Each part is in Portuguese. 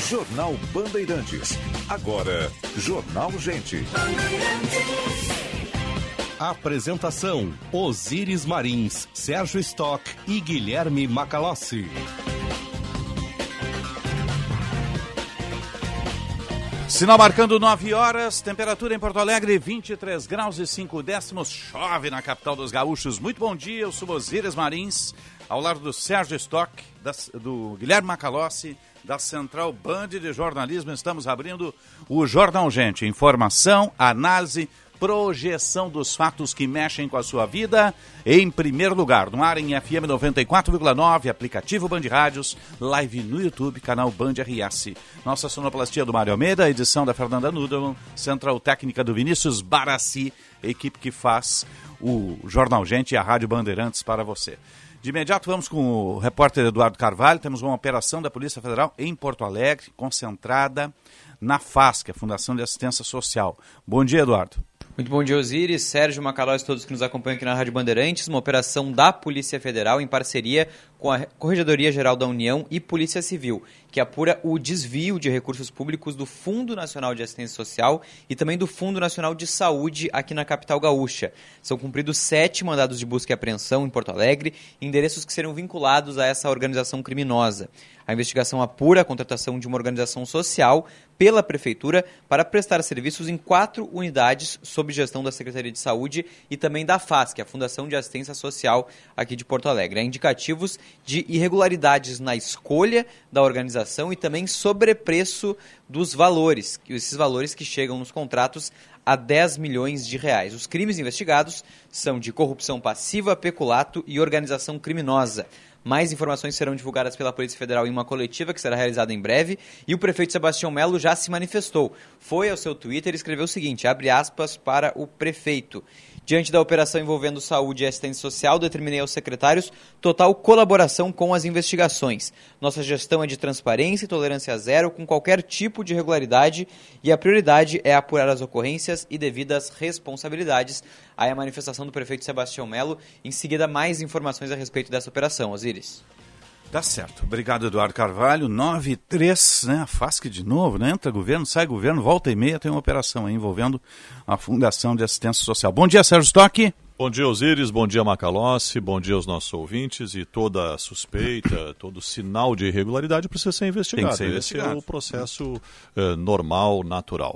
Jornal Bandeirantes. Agora, Jornal Gente. Apresentação: Osíris Marins, Sérgio Stock e Guilherme Macalossi. Sinal marcando 9 horas, temperatura em Porto Alegre 23 graus e 5 décimos, chove na capital dos gaúchos. Muito bom dia, eu sou Osíris Marins, ao lado do Sérgio Stock, do Guilherme Macalossi, da Central Band de Jornalismo. Estamos abrindo o Jornal Gente, informação, análise, projeção dos fatos que mexem com a sua vida, em primeiro lugar, no ar em FM 94,9, aplicativo Band Rádios, live no YouTube, canal Band RS. Nossa sonoplastia do Mário Almeida, edição da Fernanda Nudelman, central técnica do Vinícius Barassi, equipe que faz o Jornal Gente e a Rádio Bandeirantes para você. De imediato vamos com o repórter Eduardo Carvalho. Temos uma operação da Polícia Federal em Porto Alegre, concentrada na FASC, a Fundação de Assistência Social. Bom dia, Eduardo. Muito bom dia, Osíris, Sérgio Macalossi, todos que nos acompanham aqui na Rádio Bandeirantes. Uma operação da Polícia Federal em parceria com a Corregedoria Geral da União e Polícia Civil, que apura o desvio de recursos públicos do Fundo Nacional de Assistência Social e também do Fundo Nacional de Saúde aqui na capital gaúcha. São cumpridos 7 mandados de busca e apreensão em Porto Alegre, endereços que serão vinculados a essa organização criminosa. A investigação apura a contratação de uma organização social pela Prefeitura para prestar serviços em 4 unidades sob gestão da Secretaria de Saúde e também da FASC, a Fundação de Assistência Social aqui de Porto Alegre. Há indicativos de irregularidades na escolha da organização e também sobrepreço dos valores, esses valores que chegam nos contratos a 10 milhões de reais. Os crimes investigados são de corrupção passiva, peculato e organização criminosa. Mais informações serão divulgadas pela Polícia Federal em uma coletiva que será realizada em breve. E o prefeito Sebastião Melo já se manifestou. Foi ao seu Twitter e escreveu o seguinte, abre aspas para o prefeito. Diante da operação envolvendo saúde e assistência social, determinei aos secretários total colaboração com as investigações. Nossa gestão é de transparência e tolerância zero com qualquer tipo de irregularidade e a prioridade é apurar as ocorrências e devidas responsabilidades. Aí a manifestação do prefeito Sebastião Melo. Em seguida, mais informações a respeito dessa operação. Osíris. Tá certo. Obrigado, Eduardo Carvalho. 9-3, né? A FASC de novo, né? Entra governo, sai governo, volta e meia tem uma operação aí envolvendo a Fundação de Assistência Social. Bom dia, Sérgio Stock. Bom dia, Osíris. Bom dia, Macalossi. Bom dia aos nossos ouvintes. E toda suspeita, todo sinal de irregularidade precisa ser investigado. Tem que ser investigado. Esse é o processo normal, natural.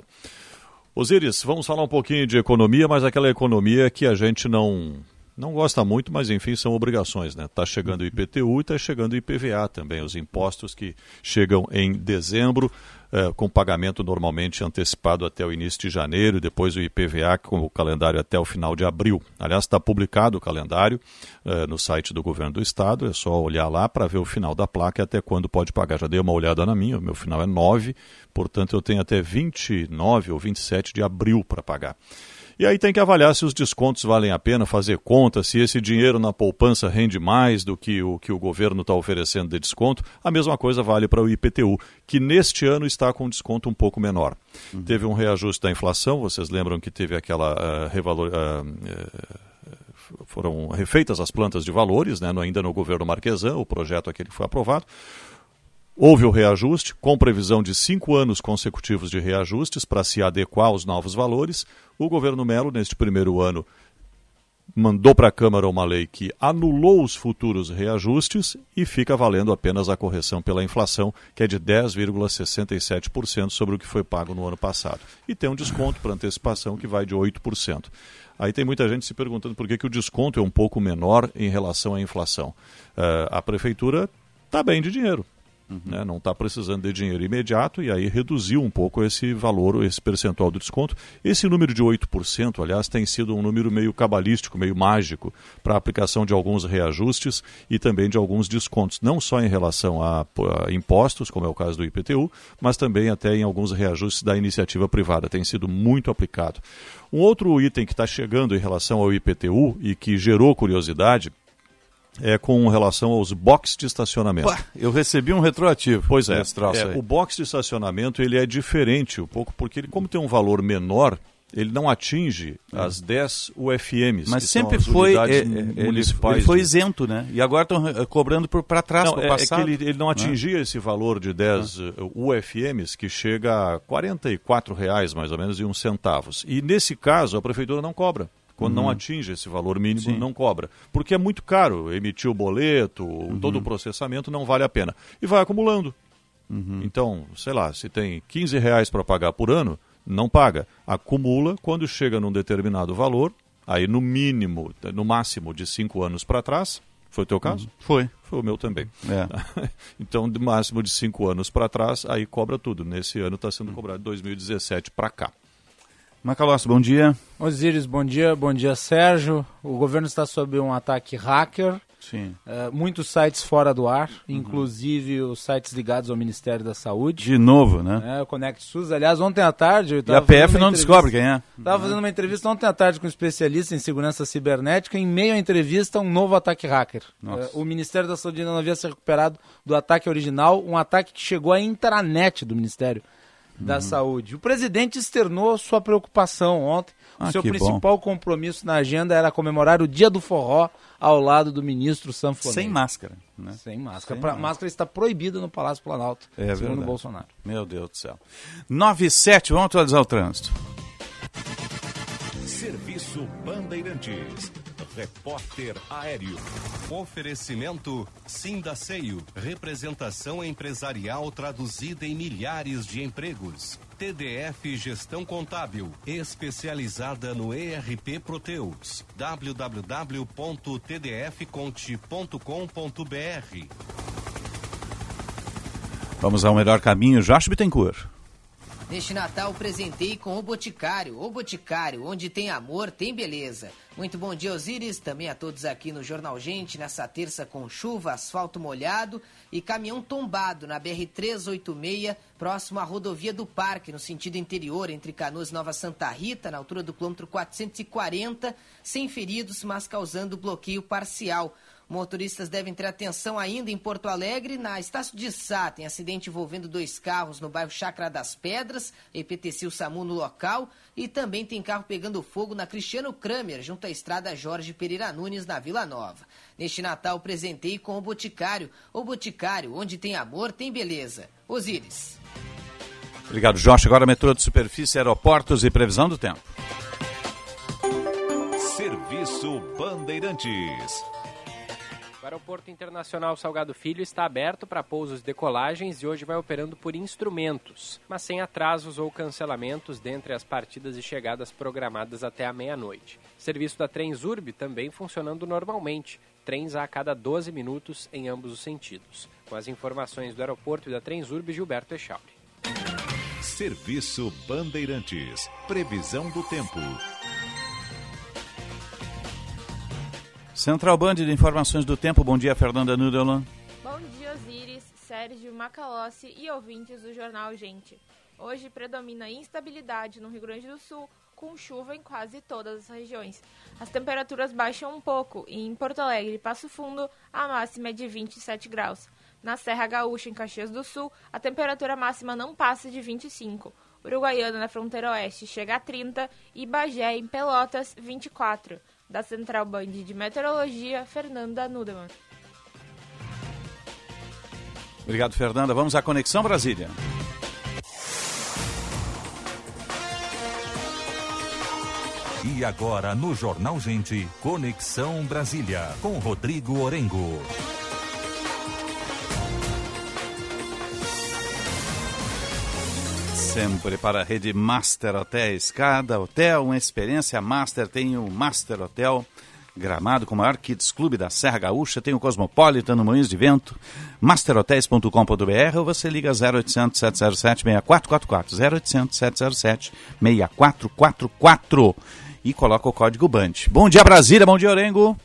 Osíris, vamos falar um pouquinho de economia, mas aquela economia que a gente não gosta muito, mas enfim, são obrigações, né? Está chegando o IPTU e está chegando o IPVA também, os impostos que chegam em dezembro, com pagamento normalmente antecipado até o início de janeiro, depois o IPVA com o calendário até o final de abril. Aliás, está publicado o calendário no site do Governo do Estado, é só olhar lá para ver o final da placa e até quando pode pagar. Já dei uma olhada na minha, o meu final é 9, portanto eu tenho até 29 ou 27 de abril para pagar. E aí tem que avaliar se os descontos valem a pena, fazer conta, se esse dinheiro na poupança rende mais do que o governo está oferecendo de desconto. A mesma coisa vale para o IPTU, que neste ano está com desconto um pouco menor. Teve um reajuste da inflação, vocês lembram que teve aquela foram refeitas as plantas de valores, né, ainda no governo Marquesan, o projeto aquele que foi aprovado. Houve o reajuste, com previsão de 5 anos consecutivos de reajustes para se adequar aos novos valores. O governo Melo, neste primeiro ano, mandou para a Câmara uma lei que anulou os futuros reajustes e fica valendo apenas a correção pela inflação, que é de 10,67% sobre o que foi pago no ano passado. E tem um desconto para antecipação que vai de 8%. Aí tem muita gente se perguntando por que o desconto é um pouco menor em relação à inflação. A Prefeitura está bem de dinheiro. Né, não está precisando de dinheiro imediato e aí reduziu um pouco esse valor, esse percentual do desconto. Esse número de 8%, aliás, tem sido um número meio cabalístico, meio mágico para a aplicação de alguns reajustes e também de alguns descontos, não só em relação a impostos, como é o caso do IPTU, mas também até em alguns reajustes da iniciativa privada. Tem sido muito aplicado. Um outro item que está chegando em relação ao IPTU e que gerou curiosidade é com relação aos boxes de estacionamento. Eu recebi um retroativo. Pois é, o box de estacionamento ele é diferente um pouco, porque ele, como tem um valor menor, ele não atinge as 10 UFMs, mas que sempre são as foi municipais. ele foi isento, né? E agora estão cobrando para trás, para o passado. É que ele não atingia esse valor de 10 UFMs, que chega a R$ 44 mais ou menos e uns centavos. E nesse caso a prefeitura não cobra. Quando não atinge esse valor mínimo, não cobra. Porque é muito caro emitir o boleto, todo o processamento não vale a pena. E vai acumulando. Então, sei lá, se tem R$ 15 para pagar por ano, não paga. Acumula, quando chega num determinado valor, aí no mínimo, no máximo de 5 anos para trás, foi o teu caso? Foi o meu também. É. Então, de máximo de 5 anos para trás, aí cobra tudo. Nesse ano está sendo cobrado de 2017 para cá. Macalossi, bom dia. Osíris, bom dia. Bom dia, Sérgio. O governo está sob um ataque hacker. Sim. Muitos sites fora do ar, inclusive os sites ligados ao Ministério da Saúde. De novo, né? O Conect SUS. Aliás, ontem à tarde... E a PF não descobre quem é. Estava fazendo uma entrevista ontem à tarde com um especialista em segurança cibernética. Em meio à entrevista, um novo ataque hacker. O Ministério da Saúde ainda não havia se recuperado do ataque original, um ataque que chegou à intranet do Ministério da Saúde. O presidente externou sua preocupação ontem. O seu principal compromisso na agenda era comemorar o Dia do Forró ao lado do ministro Sanfonês. Sem máscara. Né? Sem máscara. Máscara está proibida no Palácio Planalto, segundo o Bolsonaro. Meu Deus do céu. 9h07, vamos atualizar o trânsito. Serviço Bandeirantes. Repórter Aéreo. Oferecimento Sindaceio. Representação empresarial traduzida em milhares de empregos. TDF Gestão Contábil. Especializada no ERP Proteus. www.tdfconte.com.br. Vamos ao melhor caminho, Josh Bittencourt. Neste Natal, presentei com o Boticário. O Boticário, onde tem amor, tem beleza. Muito bom dia, Osíris. Também a todos aqui no Jornal Gente, nessa terça com chuva, asfalto molhado e caminhão tombado na BR-386, próximo à rodovia do Parque, no sentido interior, entre Canoas e Nova Santa Rita, na altura do quilômetro 440, sem feridos, mas causando bloqueio parcial. Motoristas devem ter atenção ainda em Porto Alegre. Na Estácio de Sá, tem acidente envolvendo 2 carros no bairro Chácara das Pedras, EPTC o SAMU no local. E também tem carro pegando fogo na Cristiano Kramer, junto à estrada Jorge Pereira Nunes, na Vila Nova. Neste Natal, presentei com o Boticário. O Boticário, onde tem amor, tem beleza. Osíris. Obrigado, Josh. Agora metrô de superfície, aeroportos e previsão do tempo. Serviço Bandeirantes. O Aeroporto Internacional Salgado Filho está aberto para pousos e decolagens e hoje vai operando por instrumentos, mas sem atrasos ou cancelamentos dentre as partidas e chegadas programadas até a meia-noite. Serviço da Transurb também funcionando normalmente, trens a cada 12 minutos em ambos os sentidos. Com as informações do aeroporto e da Transurb, Gilberto Echauri. Serviço Bandeirantes. Previsão do tempo. Central Band de Informações do Tempo. Bom dia, Fernanda Nudelan. Bom dia, Osíris, Sérgio Macalossi e ouvintes do Jornal Gente. Hoje predomina instabilidade no Rio Grande do Sul, com chuva em quase todas as regiões. As temperaturas baixam um pouco e em Porto Alegre e Passo Fundo a máxima é de 27 graus. Na Serra Gaúcha, em Caxias do Sul, a temperatura máxima não passa de 25. Uruguaiana, na fronteira oeste, chega a 30 e Bagé, em Pelotas, 24. Da Central Band de Meteorologia, Fernanda Nudeman. Obrigado, Fernanda. Vamos à Conexão Brasília. E agora no Jornal Gente, Conexão Brasília, com Rodrigo Orengo. Sempre para a rede Master Hotéis. Cada hotel, uma experiência Master. Tem o Master Hotel Gramado, com o maior Kids Clube da Serra Gaúcha. Tem o Cosmopolitan no Moinhos de Vento. masterhotels.com.br ou você liga 0800 707 6444. 0800 707 6444 e coloca o código BAND. Bom dia, Brasília. Bom dia, Orengo.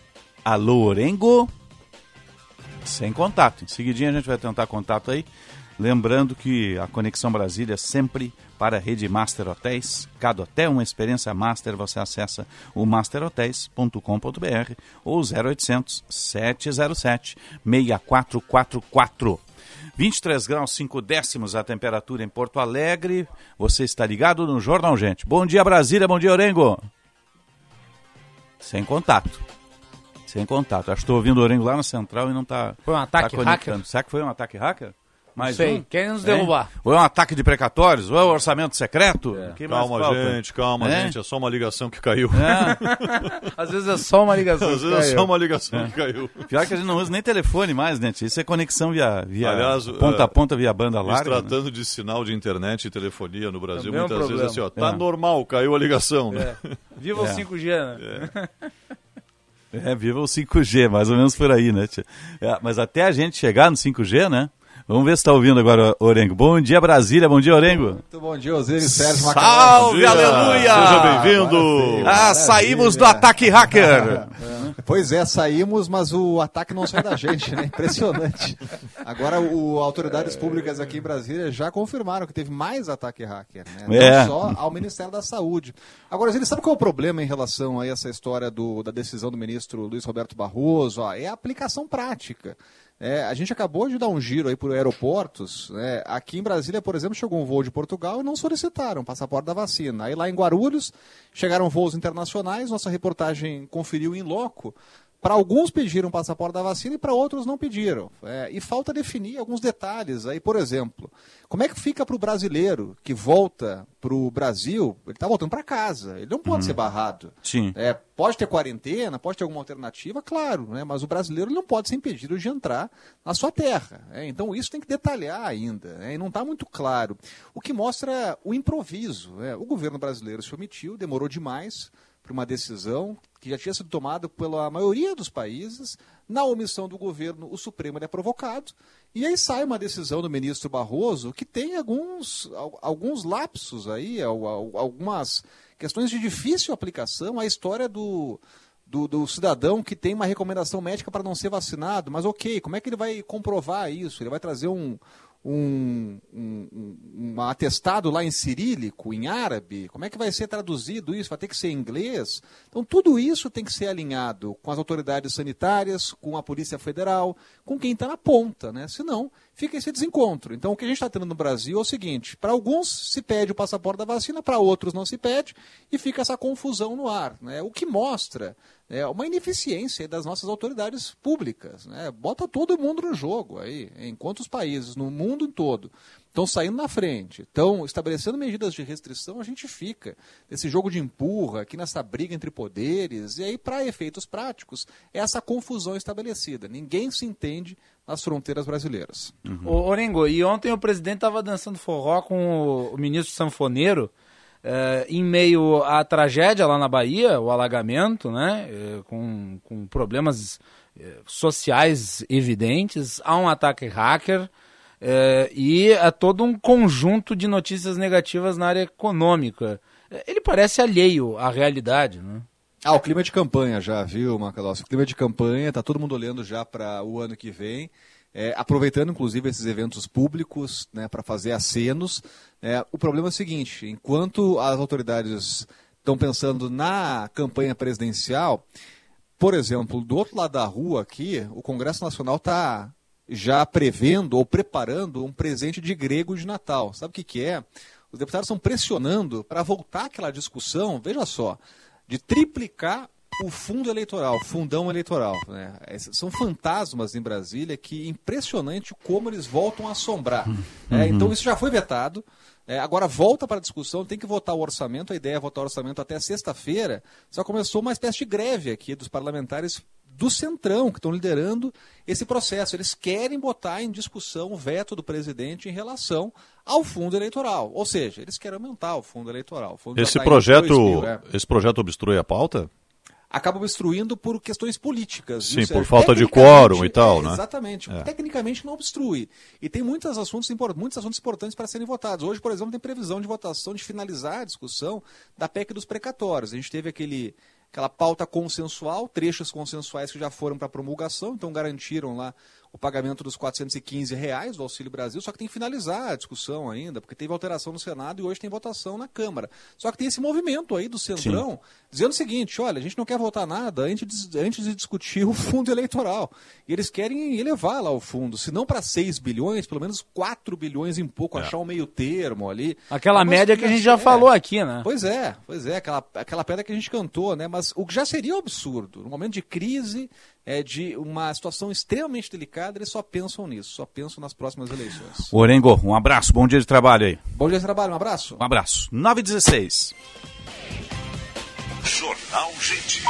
Alô, Orengo. Sem contato. Em seguidinha a gente vai tentar contato aí. Lembrando que a Conexão Brasília é sempre para a rede Master Hotéis. Cada hotel uma experiência master. Você acessa o masterhotels.com.br ou 0800 707 6444. 23 graus 5 décimos a temperatura em Porto Alegre. Você está ligado no Jornal Gente. Bom dia, Brasília. Bom dia, Orengo. Sem contato. Acho que estou ouvindo o Orengo lá na central e não está. Foi um ataque hacker? Será que foi um ataque hacker? Mais sei, querem nos derrubar. Ou é um ataque de precatórios, ou é um orçamento secreto. Calma, gente, é só uma ligação que caiu. Às vezes é só uma ligação que caiu. Pior que a gente não usa nem telefone mais, né? Isso é conexão via aliás, ponta a ponta, via banda larga. Tratando de sinal de internet e telefonia no Brasil, muitas vezes assim, ó, tá normal, caiu a ligação, né? Viva o 5G, né? Viva o 5G, mais ou menos por aí, né? Mas até a gente chegar no 5G, né? Vamos ver se está ouvindo agora, Orengo. Bom dia, Brasília. Bom dia, Orengo. Muito bom dia, Osiris, Sérgio Salve, aleluia! Seja bem-vindo! Saímos do ataque hacker. Pois é, saímos, mas o ataque não sai da gente, né? Impressionante. Agora, autoridades públicas aqui em Brasília já confirmaram que teve mais ataque hacker, né? Não só ao Ministério da Saúde. Agora, ele sabe qual é o problema em relação a essa história da decisão do ministro Luiz Roberto Barroso? É a aplicação prática. A gente acabou de dar um giro aí por aeroportos. Aqui em Brasília, por exemplo, chegou um voo de Portugal e não solicitaram o passaporte da vacina. Aí lá em Guarulhos chegaram voos internacionais, nossa reportagem conferiu em loco. Para alguns pediram passaporte da vacina e para outros não pediram. E falta definir alguns detalhes. Aí, por exemplo, como é que fica para o brasileiro que volta para o Brasil? Ele está voltando para casa, ele não pode ser barrado. Sim. Pode ter quarentena, pode ter alguma alternativa, claro, né? Mas o brasileiro não pode ser impedido de entrar na sua terra. Então isso tem que detalhar ainda, e não está muito claro. O que mostra o improviso. O governo brasileiro se omitiu, demorou demais para uma decisão que já tinha sido tomada pela maioria dos países. Na omissão do governo, o Supremo é provocado, e aí sai uma decisão do ministro Barroso que tem alguns lapsos aí, algumas questões de difícil aplicação. A história do cidadão que tem uma recomendação médica para não ser vacinado, mas ok, como é que ele vai comprovar isso? Ele vai trazer um atestado lá em cirílico, em árabe? Como é que vai ser traduzido isso? Vai ter que ser em inglês? Então tudo isso tem que ser alinhado com as autoridades sanitárias, com a Polícia Federal, com quem está na ponta, né? Senão fica esse desencontro. Então o que a gente está tendo no Brasil é o seguinte: para alguns se pede o passaporte da vacina, para outros não se pede, e fica essa confusão no ar, né? O que mostra uma ineficiência das nossas autoridades públicas, né? Bota todo mundo no jogo aí, enquanto os países no mundo todo estão saindo na frente, estão estabelecendo medidas de restrição, a gente fica nesse jogo de empurra, aqui nessa briga entre poderes, e aí, para efeitos práticos, é essa confusão estabelecida. Ninguém se entende nas fronteiras brasileiras. Orengo, e ontem o presidente estava dançando forró com o ministro sanfoneiro, em meio à tragédia lá na Bahia, o alagamento, né, com problemas sociais evidentes, há um ataque hacker, e há todo um conjunto de notícias negativas na área econômica. Ele parece alheio à realidade, né? O clima de campanha já, viu, Macalossi? O clima de campanha, está todo mundo olhando já para o ano que vem, aproveitando inclusive esses eventos públicos, né, para fazer acenos. O problema é o seguinte: enquanto as autoridades estão pensando na campanha presidencial, por exemplo, do outro lado da rua aqui, o Congresso Nacional está já prevendo ou preparando um presente de grego de Natal. Sabe o que é? Os deputados estão pressionando para voltar àquela discussão, veja só, de triplicar o fundo eleitoral, fundão eleitoral, né? São fantasmas em Brasília que é impressionante como eles voltam a assombrar. Então isso já foi vetado, agora volta para a discussão, tem que votar o orçamento, a ideia é votar o orçamento até sexta-feira, só começou uma espécie de greve aqui dos parlamentares do Centrão, que estão liderando esse processo. Eles querem botar em discussão o veto do presidente em relação ao fundo eleitoral. Ou seja, eles querem aumentar o fundo eleitoral. Esse projeto obstrui a pauta? Acaba obstruindo por questões políticas. Sim, por falta de quórum e tal, né? Exatamente. Tecnicamente não obstrui. E tem muitos assuntos importantes para serem votados. Hoje, por exemplo, tem previsão de votação, de finalizar a discussão da PEC dos precatórios. A gente teve aquela pauta consensual, trechos consensuais que já foram para promulgação, então garantiram lá o pagamento dos R$415 do Auxílio Brasil, só que tem que finalizar a discussão ainda, porque teve alteração no Senado e hoje tem votação na Câmara. Só que tem esse movimento aí do Centrão, dizendo o seguinte, olha, a gente não quer votar nada antes de discutir o fundo eleitoral. E eles querem elevar lá o fundo, se não para 6 bilhões, pelo menos 4 bilhões em pouco, achar um meio termo ali. Aquela média que a gente já falou aqui, né? Pois é, aquela pedra que a gente cantou, né? Mas o que já seria um absurdo, no momento de crise, de uma situação extremamente delicada, eles só pensam nisso, só pensam nas próximas eleições. Orengo, um abraço, bom dia de trabalho aí. Bom dia de trabalho, um abraço. Um abraço. 9h16. Jornal Gente.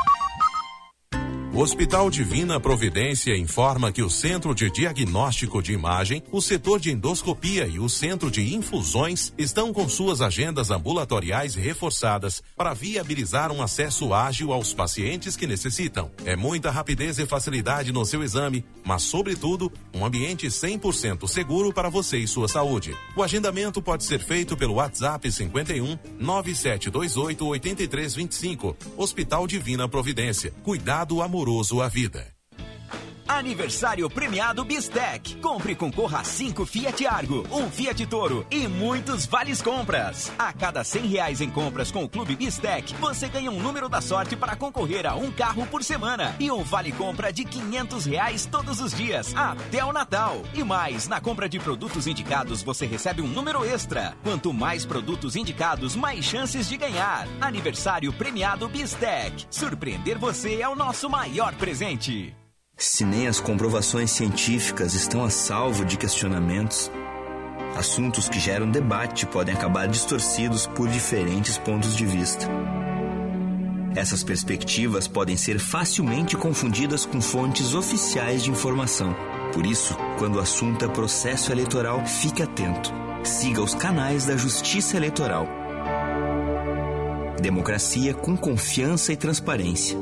O Hospital Divina Providência informa que o Centro de Diagnóstico de Imagem, o setor de endoscopia e o Centro de Infusões estão com suas agendas ambulatoriais reforçadas para viabilizar um acesso ágil aos pacientes que necessitam. É muita rapidez e facilidade no seu exame, mas, sobretudo, um ambiente 100% seguro para você e sua saúde. O agendamento pode ser feito pelo WhatsApp 51 9728 8325. Hospital Divina Providência. Cuidado amoroso à vida. Aniversário premiado Bistec. Compre e concorra a 5 Fiat Argo, um Fiat Toro e muitos vales compras. A cada R$100 em compras com o Clube Bistec, você ganha um número da sorte para concorrer a um carro por semana e um vale compra de R$500 todos os dias, até o Natal. E mais, na compra de produtos indicados, você recebe um número extra. Quanto mais produtos indicados, mais chances de ganhar. Aniversário premiado Bistec. Surpreender você é o nosso maior presente. Se nem as comprovações científicas estão a salvo de questionamentos, assuntos que geram debate podem acabar distorcidos por diferentes pontos de vista. Essas perspectivas podem ser facilmente confundidas com fontes oficiais de informação. Por isso, quando o assunto é processo eleitoral, fique atento. Siga os canais da Justiça Eleitoral. Democracia com confiança e transparência.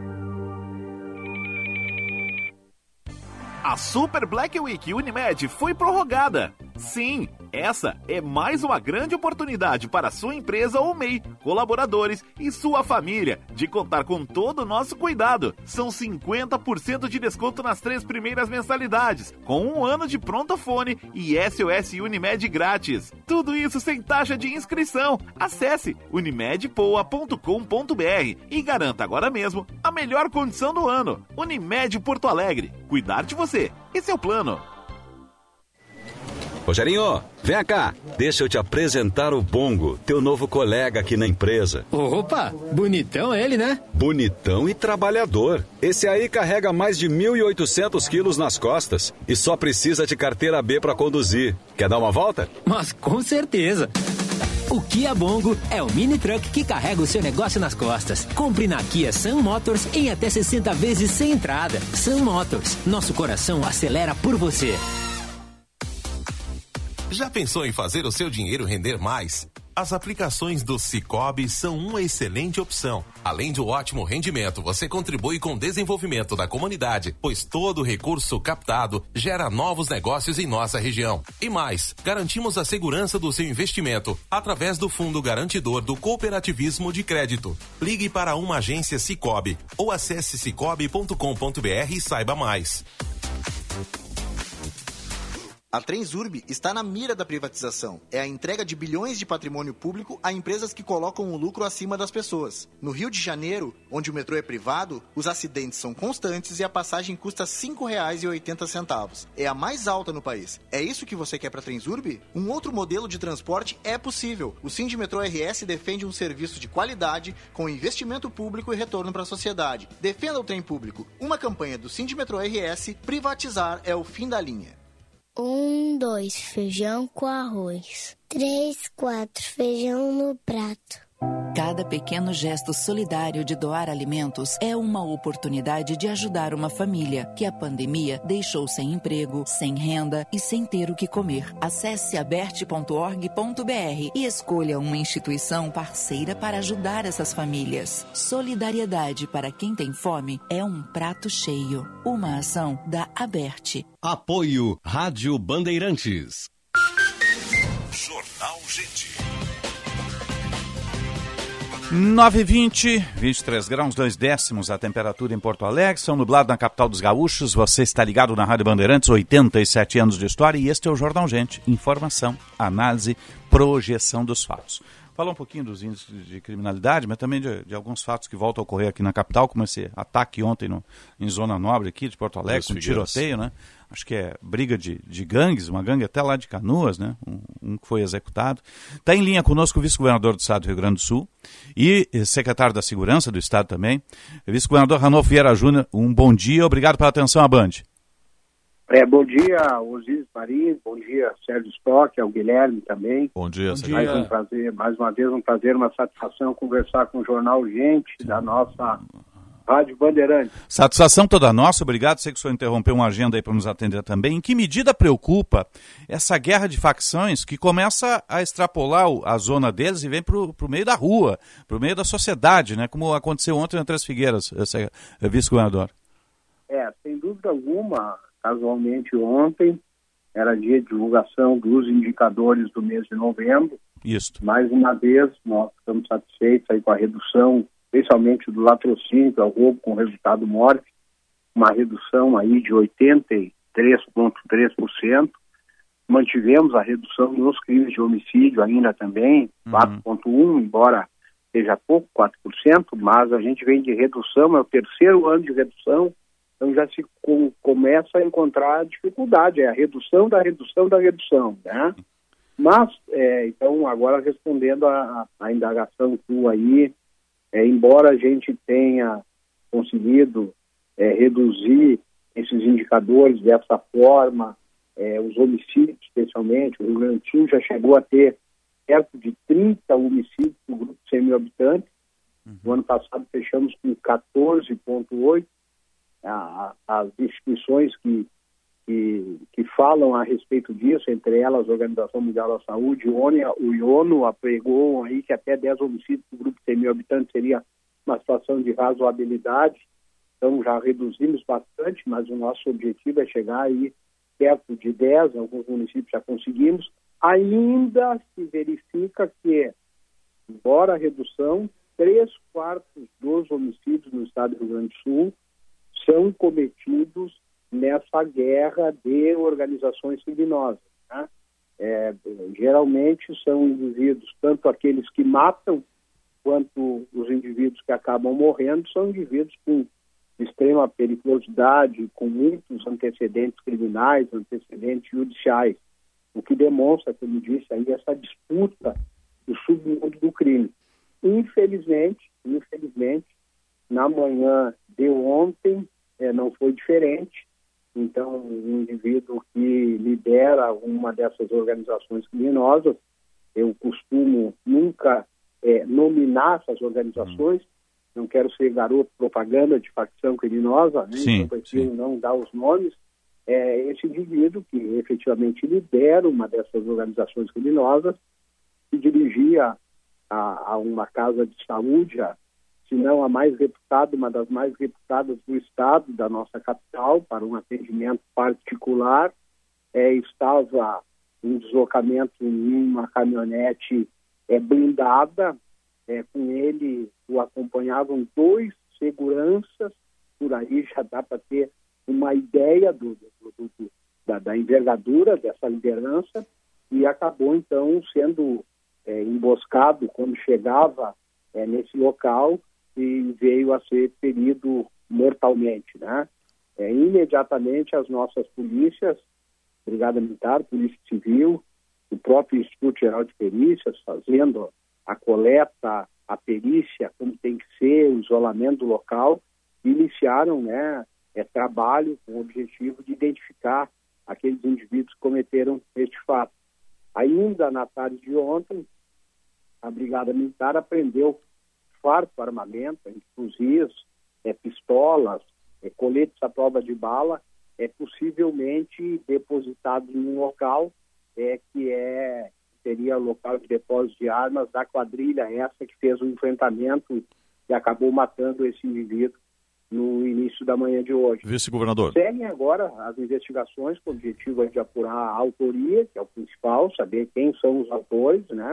A Super Black Week Unimed foi prorrogada. Sim, essa é mais uma grande oportunidade para a sua empresa ou MEI, colaboradores e sua família de contar com todo o nosso cuidado. São 50% de desconto nas 3 primeiras mensalidades, com 1 ano de pronto-fone e SOS Unimed grátis. Tudo isso sem taxa de inscrição. Acesse unimedpoa.com.br e garanta agora mesmo a melhor condição do ano. Unimed Porto Alegre. Cuidar de você. Esse é o plano. Rogerinho, vem cá, deixa eu te apresentar o Bongo, teu novo colega aqui na empresa. Opa, bonitão ele, né? Bonitão e trabalhador. Esse aí carrega mais de 1.800 quilos nas costas e só precisa de carteira B para conduzir. Quer dar uma volta? Mas com certeza. O Kia Bongo é o mini truck que carrega o seu negócio nas costas. Compre na Kia Sun Motors em até 60 vezes sem entrada. Sun Motors, nosso coração acelera por você. Já pensou em fazer o seu dinheiro render mais? As aplicações do Sicoob são uma excelente opção. Além de um ótimo rendimento, você contribui com o desenvolvimento da comunidade, pois todo recurso captado gera novos negócios em nossa região. E mais, garantimos a segurança do seu investimento através do Fundo Garantidor do Cooperativismo de Crédito. Ligue para uma agência Sicoob ou acesse sicoob.com.br e saiba mais. A Transurb está na mira da privatização. É a entrega de bilhões de patrimônio público a empresas que colocam o lucro acima das pessoas. No Rio de Janeiro, onde o metrô é privado, os acidentes são constantes e a passagem custa R$ 5,80. É a mais alta no país. É isso que você quer para a Transurb? Um outro modelo de transporte é possível. O Sindimetrô RS defende um serviço de qualidade com investimento público e retorno para a sociedade. Defenda o trem público. Uma campanha do Sindimetrô RS, privatizar é o fim da linha. 1, 2, feijão com arroz. 3, 4, feijão no prato. Cada pequeno gesto solidário de doar alimentos é uma oportunidade de ajudar uma família que a pandemia deixou sem emprego, sem renda e sem ter o que comer. Acesse aberte.org.br e escolha uma instituição parceira para ajudar essas famílias. Solidariedade para quem tem fome é um prato cheio. Uma ação da Aberte. Apoio Rádio Bandeirantes. Jornal Gente. 9h20, 23 graus, 2 décimos a temperatura em Porto Alegre, são nublado na capital dos gaúchos, você está ligado na Rádio Bandeirantes, 87 anos de história, e este é o Jornal Gente, informação, análise, projeção dos fatos. Falar um pouquinho dos índices de criminalidade, mas também de alguns fatos que voltam a ocorrer aqui na capital, como esse ataque ontem em Zona Nobre aqui de Porto Alegre, com tiroteio, né? Acho que é briga de gangues, uma gangue até lá de Canoas, né? Um que foi executado. Está em linha conosco o vice-governador do Estado do Rio Grande do Sul e secretário da Segurança do Estado também, vice-governador Ranolfo Vieira Júnior. Um bom dia, obrigado pela atenção à Band. Bom dia, Osiris Marins, bom dia, Sérgio Stock, ao Guilherme também. Bom dia, Sérgio. Mais uma vez um prazer, uma satisfação conversar com o Jornal Gente, da nossa Rádio Bandeirantes. Satisfação toda nossa, obrigado. Sei que o senhor interrompeu uma agenda aí para nos atender também. Em que medida preocupa essa guerra de facções que começa a extrapolar a zona deles e vem para o meio da rua, para o meio da sociedade, né? Como aconteceu ontem na Três Figueiras, vice-governador? Sem dúvida alguma. Casualmente ontem era dia de divulgação dos indicadores do mês de novembro. Isso. Mais uma vez nós estamos satisfeitos aí com a redução, especialmente do latrocínio, que é o roubo com resultado morte, uma redução aí de 83,3%. Mantivemos a redução nos crimes de homicídio ainda também, 4,1%, embora seja pouco, 4%, mas a gente vem de redução, é o terceiro ano de redução. Então já se começa a encontrar dificuldade, é a redução da redução da redução, né? Mas, então, agora respondendo a indagação tua aí, embora a gente tenha conseguido reduzir esses indicadores dessa forma, os homicídios especialmente, o Rio Grande do Sul já chegou a ter perto de 30 homicídios no grupo de 100 mil habitantes. No ano passado fechamos com 14,8%. As instituições que falam a respeito disso, entre elas a Organização Mundial da Saúde, o IONU apregou aí que até 10 homicídios do grupo de 100 mil habitantes seria uma situação de razoabilidade. Então já reduzimos bastante, mas o nosso objetivo é chegar aí perto de 10, em alguns municípios já conseguimos. Ainda se verifica que, embora a redução, 3/4 dos homicídios no estado do Rio Grande do Sul são cometidos nessa guerra de organizações criminosas, né? Geralmente são indivíduos, tanto aqueles que matam, quanto os indivíduos que acabam morrendo, são indivíduos com extrema periculosidade, com muitos antecedentes criminais, antecedentes judiciais, o que demonstra, como disse aí, essa disputa do submundo do crime. Infelizmente, na manhã de ontem não foi diferente. Então, um indivíduo que lidera uma dessas organizações criminosas, eu costumo nunca nominar essas organizações, não quero ser garoto propaganda de facção criminosa, né? Então prefiro não dar os nomes. Esse indivíduo que efetivamente lidera uma dessas organizações criminosas, se dirigia a uma casa de saúde, se não a mais reputada, uma das mais reputadas do estado, da nossa capital, para um atendimento particular. Estava em deslocamento em uma caminhonete blindada, com ele o acompanhavam 2 seguranças, por aí já dá para ter uma ideia da envergadura dessa liderança, e acabou então sendo emboscado quando chegava nesse local e veio a ser ferido mortalmente, né? Imediatamente as nossas polícias, Brigada Militar, Polícia Civil, o próprio Instituto Geral de Perícias, fazendo a coleta, a perícia, como tem que ser, o isolamento do local, iniciaram, né, trabalho com o objetivo de identificar aqueles indivíduos que cometeram este fato. Ainda na tarde de ontem, a Brigada Militar apreendeu farto armamento, fuzis, pistolas, coletes à prova de bala, possivelmente depositados em um local que seria o local de depósito de armas da quadrilha essa que fez o enfrentamento e acabou matando esse indivíduo no início da manhã de hoje. Vice-governador. Seguem agora as investigações com o objetivo de apurar a autoria, que é o principal, saber quem são os autores, né?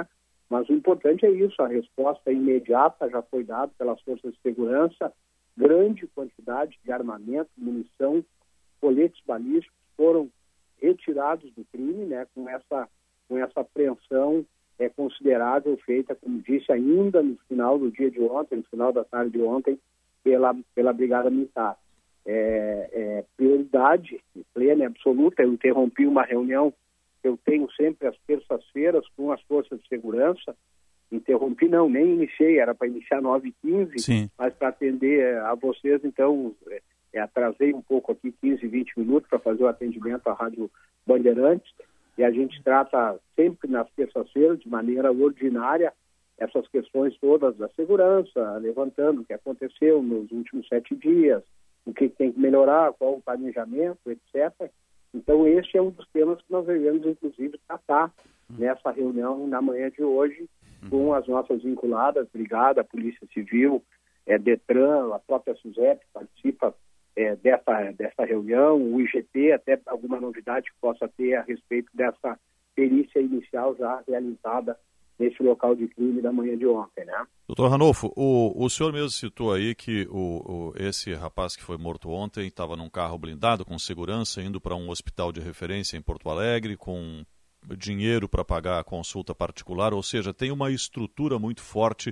Mas o importante é isso, a resposta imediata já foi dada pelas forças de segurança, grande quantidade de armamento, munição, coletes balísticos foram retirados do crime, né, com essa apreensão considerável feita, como disse, ainda no final do dia de ontem, no final da tarde de ontem, pela Brigada Militar. Prioridade plena e absoluta. Eu interrompi uma reunião que eu tenho sempre às terças-feiras com as forças de segurança. Interrompi, não, nem iniciei, era para iniciar 9h15, mas para atender a vocês, então atrasei um pouco aqui, 15, 20 minutos para fazer o atendimento à Rádio Bandeirantes, e a gente trata sempre nas terças-feiras, de maneira ordinária, essas questões todas da segurança, levantando o que aconteceu nos últimos 7 dias, o que tem que melhorar, qual o planejamento, etc. Então, este é um dos temas que nós devemos, inclusive, tratar nessa reunião na manhã de hoje, com as nossas vinculadas, Brigada, Polícia Civil, Detran, a própria SUSEP participa dessa reunião, o IGP, até alguma novidade que possa ter a respeito dessa perícia inicial já realizada nesse local de crime da manhã de ontem, né? Doutor Ranolfo, o senhor mesmo citou aí que esse rapaz que foi morto ontem estava num carro blindado com segurança, indo para um hospital de referência em Porto Alegre, com dinheiro para pagar a consulta particular, ou seja, tem uma estrutura muito forte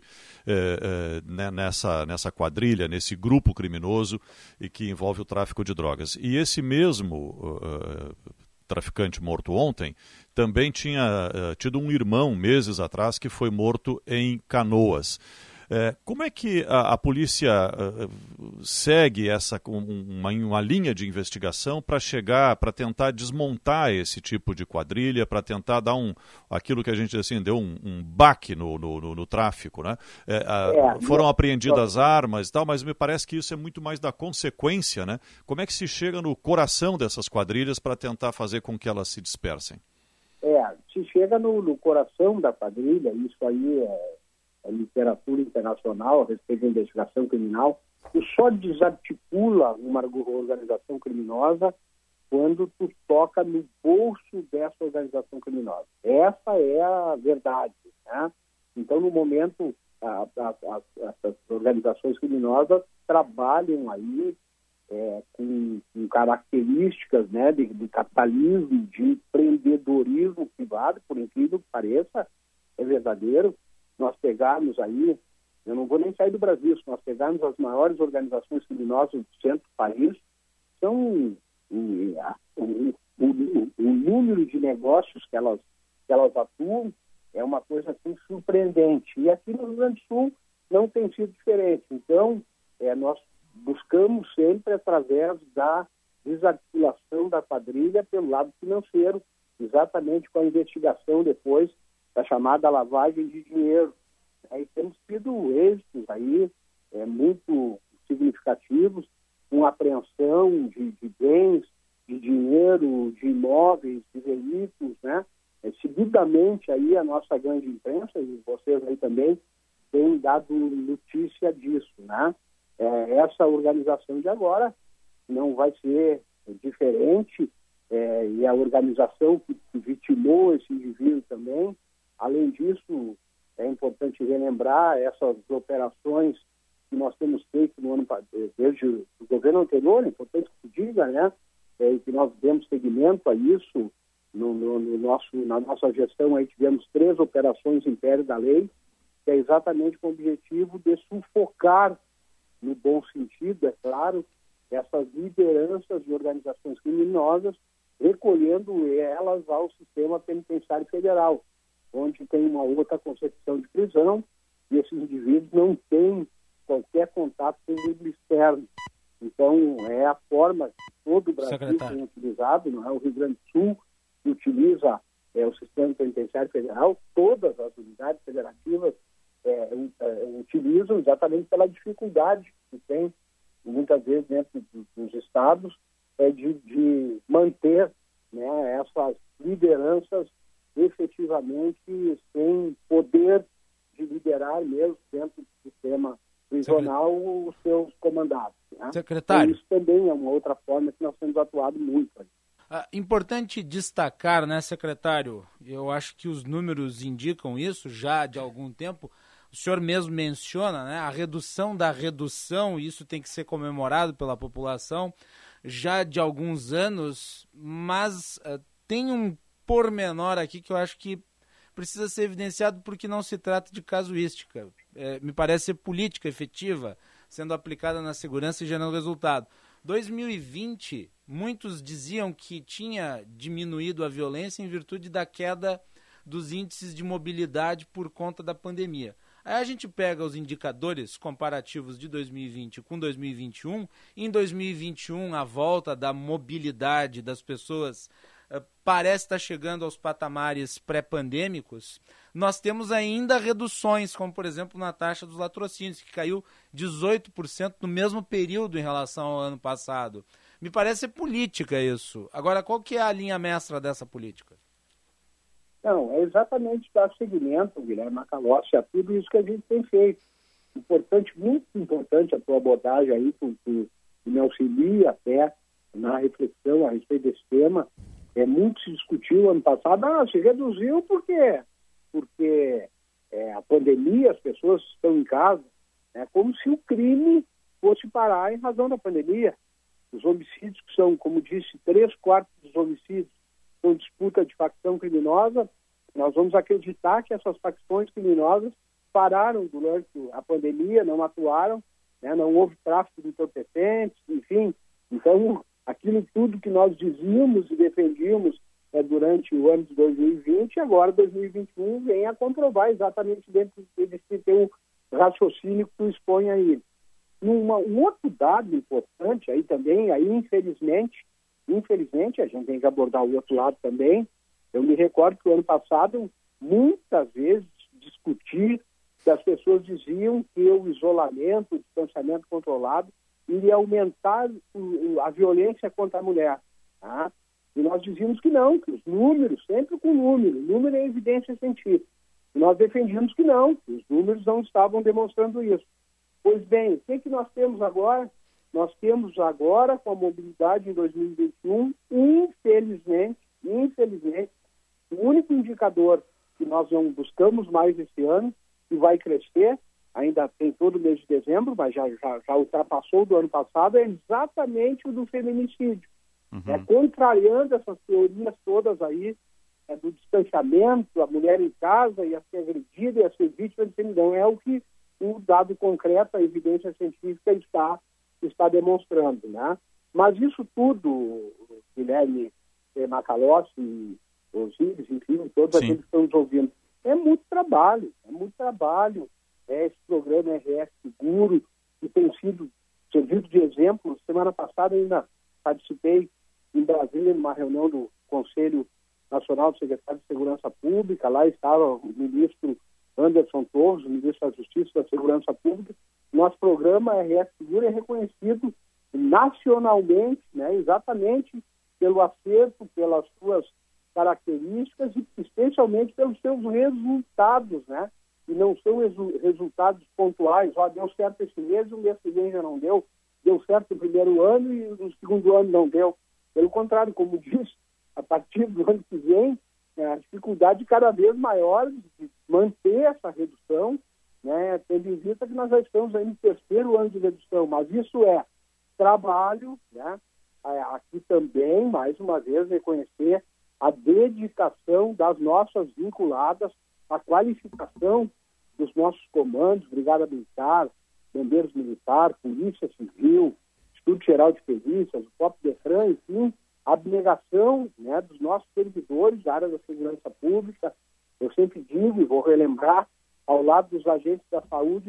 nessa quadrilha, nesse grupo criminoso e que envolve o tráfico de drogas. E esse mesmo traficante morto ontem também tinha tido um irmão meses atrás que foi morto em Canoas. Como é que a polícia segue uma linha de investigação para tentar desmontar esse tipo de quadrilha, para tentar dar aquilo que a gente assim, deu um baque no tráfico, né? Foram apreendidas armas e tal, mas me parece que isso é muito mais da consequência, né? Como é que se chega no coração dessas quadrilhas para tentar fazer com que elas se dispersem? Se chega no coração da quadrilha, isso aí a literatura internacional a respeito da investigação criminal, tu só desarticula uma organização criminosa quando tu toca no bolso dessa organização criminosa. Essa é a verdade, né? Então, no momento, as organizações criminosas trabalham aí com características, né, de capitalismo, de empreendedorismo privado, por incrível que pareça, é verdadeiro. Nós pegarmos aí, eu não vou nem sair do Brasil, se nós pegarmos as maiores organizações criminosas do centro do país, são o número de negócios que elas atuam é uma coisa assim surpreendente. E aqui no Rio Grande do Sul não tem sido diferente. Então, nós buscamos sempre através da desarticulação da quadrilha pelo lado financeiro, exatamente com a investigação depois da chamada lavagem de dinheiro. E temos tido êxitos aí muito significativos, com apreensão de bens, de dinheiro, de imóveis, de veículos, né? Seguidamente aí a nossa grande imprensa, e vocês aí também, têm dado notícia disso, né? Essa organização de agora não vai ser diferente, e a organização que vitimou esse indivíduo também. Além disso, é importante relembrar essas operações que nós temos feito no ano desde o governo anterior, é importante que se diga, né? E que nós demos seguimento a isso na nossa gestão. Aí tivemos 3 operações Império da Lei, que é exatamente com o objetivo de sufocar, no bom sentido, é claro, essas lideranças de organizações criminosas, recolhendo elas ao sistema penitenciário federal, onde tem uma outra concepção de prisão, e esses indivíduos não têm qualquer contato com o mundo externo. Então, é a forma que todo o Brasil tem utilizado, não é? O Rio Grande do Sul que utiliza o sistema penitenciário federal, todas as unidades federativas utilizam exatamente pela dificuldade que tem, muitas vezes, dentro dos estados, de manter, né, essas lideranças efetivamente sem poder de liderar mesmo dentro do sistema prisional os seus comandados, né? Secretário. Então, isso também é uma outra forma que nós temos atuado muito. Importante destacar, né, secretário, eu acho que os números indicam isso já de algum tempo, o senhor mesmo menciona, né, a redução da redução, isso tem que ser comemorado pela população já de alguns anos, mas tem um pormenor aqui que eu acho que precisa ser evidenciado porque não se trata de casuística, me parece ser política efetiva, sendo aplicada na segurança e gerando resultado. 2020, muitos diziam que tinha diminuído a violência em virtude da queda dos índices de mobilidade por conta da pandemia. Aí a gente pega os indicadores comparativos de 2020 com 2021. Em 2021, a volta da mobilidade das pessoas parece estar chegando aos patamares pré-pandêmicos. Nós temos ainda reduções, como por exemplo na taxa dos latrocínios, que caiu 18% no mesmo período em relação ao ano passado. Me parece ser política isso. Agora, qual que é a linha mestra dessa política? Não, é exatamente dar seguimento, Guilherme Macalossi, a tudo isso que a gente tem feito. Importante, muito importante a tua abordagem aí, que me auxilia até na reflexão a respeito desse tema. Muito se discutiu ano passado, se reduziu por quê? Porque a pandemia, as pessoas estão em casa, é como se o crime fosse parar em razão da pandemia. Os homicídios, que são, como disse, 3/4 dos homicídios são disputa de facção criminosa, nós vamos acreditar que essas facções criminosas pararam durante a pandemia, não atuaram, né, não houve tráfico de entorpecentes, enfim. Então, aquilo tudo que nós dizíamos e defendíamos durante o ano de 2020, agora 2021 vem a comprovar exatamente dentro desse teu raciocínio que tu expõe aí. Um outro dado importante aí também, aí infelizmente, a gente tem que abordar o outro lado também. Eu me recordo que o ano passado, muitas vezes, discuti que as pessoas diziam que o isolamento, o distanciamento controlado, iria aumentar a violência contra a mulher. Tá? E nós dizíamos que não, que os números, sempre com número é evidência científica. E nós defendíamos que não, que os números não estavam demonstrando isso. Pois bem, o que nós temos agora? Nós temos agora, com a mobilidade em 2021, infelizmente, o único indicador que nós não buscamos mais esse ano, que vai crescer, ainda tem todo o mês de dezembro, mas já ultrapassou do ano passado, é exatamente o do feminicídio. Contrariando essas teorias todas aí, do distanciamento, a mulher em casa e a ser agredida e a ser vítima de femicídio. É o que o dado concreto, a evidência científica está demonstrando, né? Mas isso tudo, Guilherme Macalossi, Osíris, enfim, todos aqueles que estão nos ouvindo, é muito trabalho. Esse programa RS Seguro, que tem sido servido de exemplo. Semana passada ainda participei em Brasília, numa reunião do Conselho Nacional de Secretários de Segurança Pública. Lá estava o ministro Anderson Torres, o ministro da Justiça e da Segurança Pública. Nosso programa RS Seguro é reconhecido nacionalmente, né, exatamente pelo acerto, pelas suas características e especialmente pelos seus resultados, né? E não são resultados pontuais. Deu certo esse mês, o mês que vem já não deu. Deu certo no primeiro ano e no segundo ano não deu. Pelo contrário, como disse, a partir do ano que vem, a dificuldade cada vez maior de manter essa redução, né, tendo em vista que nós já estamos aí no terceiro ano de redução. Mas isso é trabalho, né? Aqui também, mais uma vez, reconhecer a dedicação das nossas vinculadas, a qualificação dos nossos comandos, Brigada Militar, Bombeiros Militar, Polícia Civil, Instituto Geral de Perícias, o COP-DEFRAN, enfim, a abnegação, né, dos nossos servidores da área da segurança pública. Eu sempre digo e vou relembrar, ao lado dos agentes da saúde,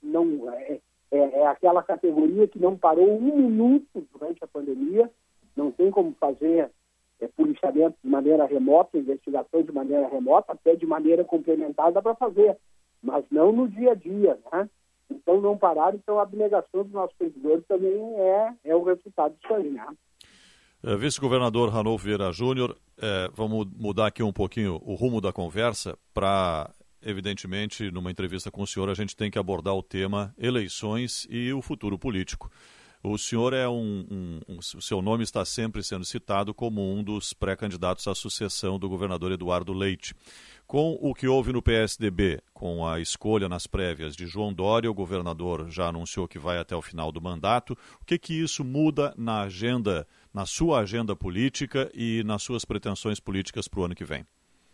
é aquela categoria que não parou um minuto durante a pandemia, não tem como fazer policiamento de maneira remota, investigação de maneira remota, até de maneira complementar dá para fazer, mas não no dia a dia, né? Então não pararam, então a abnegação dos nossos servidores também é o resultado disso aí, né? Vice-governador Ranolfo Vieira Júnior, vamos mudar aqui um pouquinho o rumo da conversa para, evidentemente, numa entrevista com o senhor, a gente tem que abordar o tema eleições e o futuro político. O senhor o seu nome está sempre sendo citado como um dos pré-candidatos à sucessão do governador Eduardo Leite. Com o que houve no PSDB, com a escolha nas prévias de João Dória, o governador já anunciou que vai até o final do mandato. O que isso muda na sua agenda política e nas suas pretensões políticas para o ano que vem?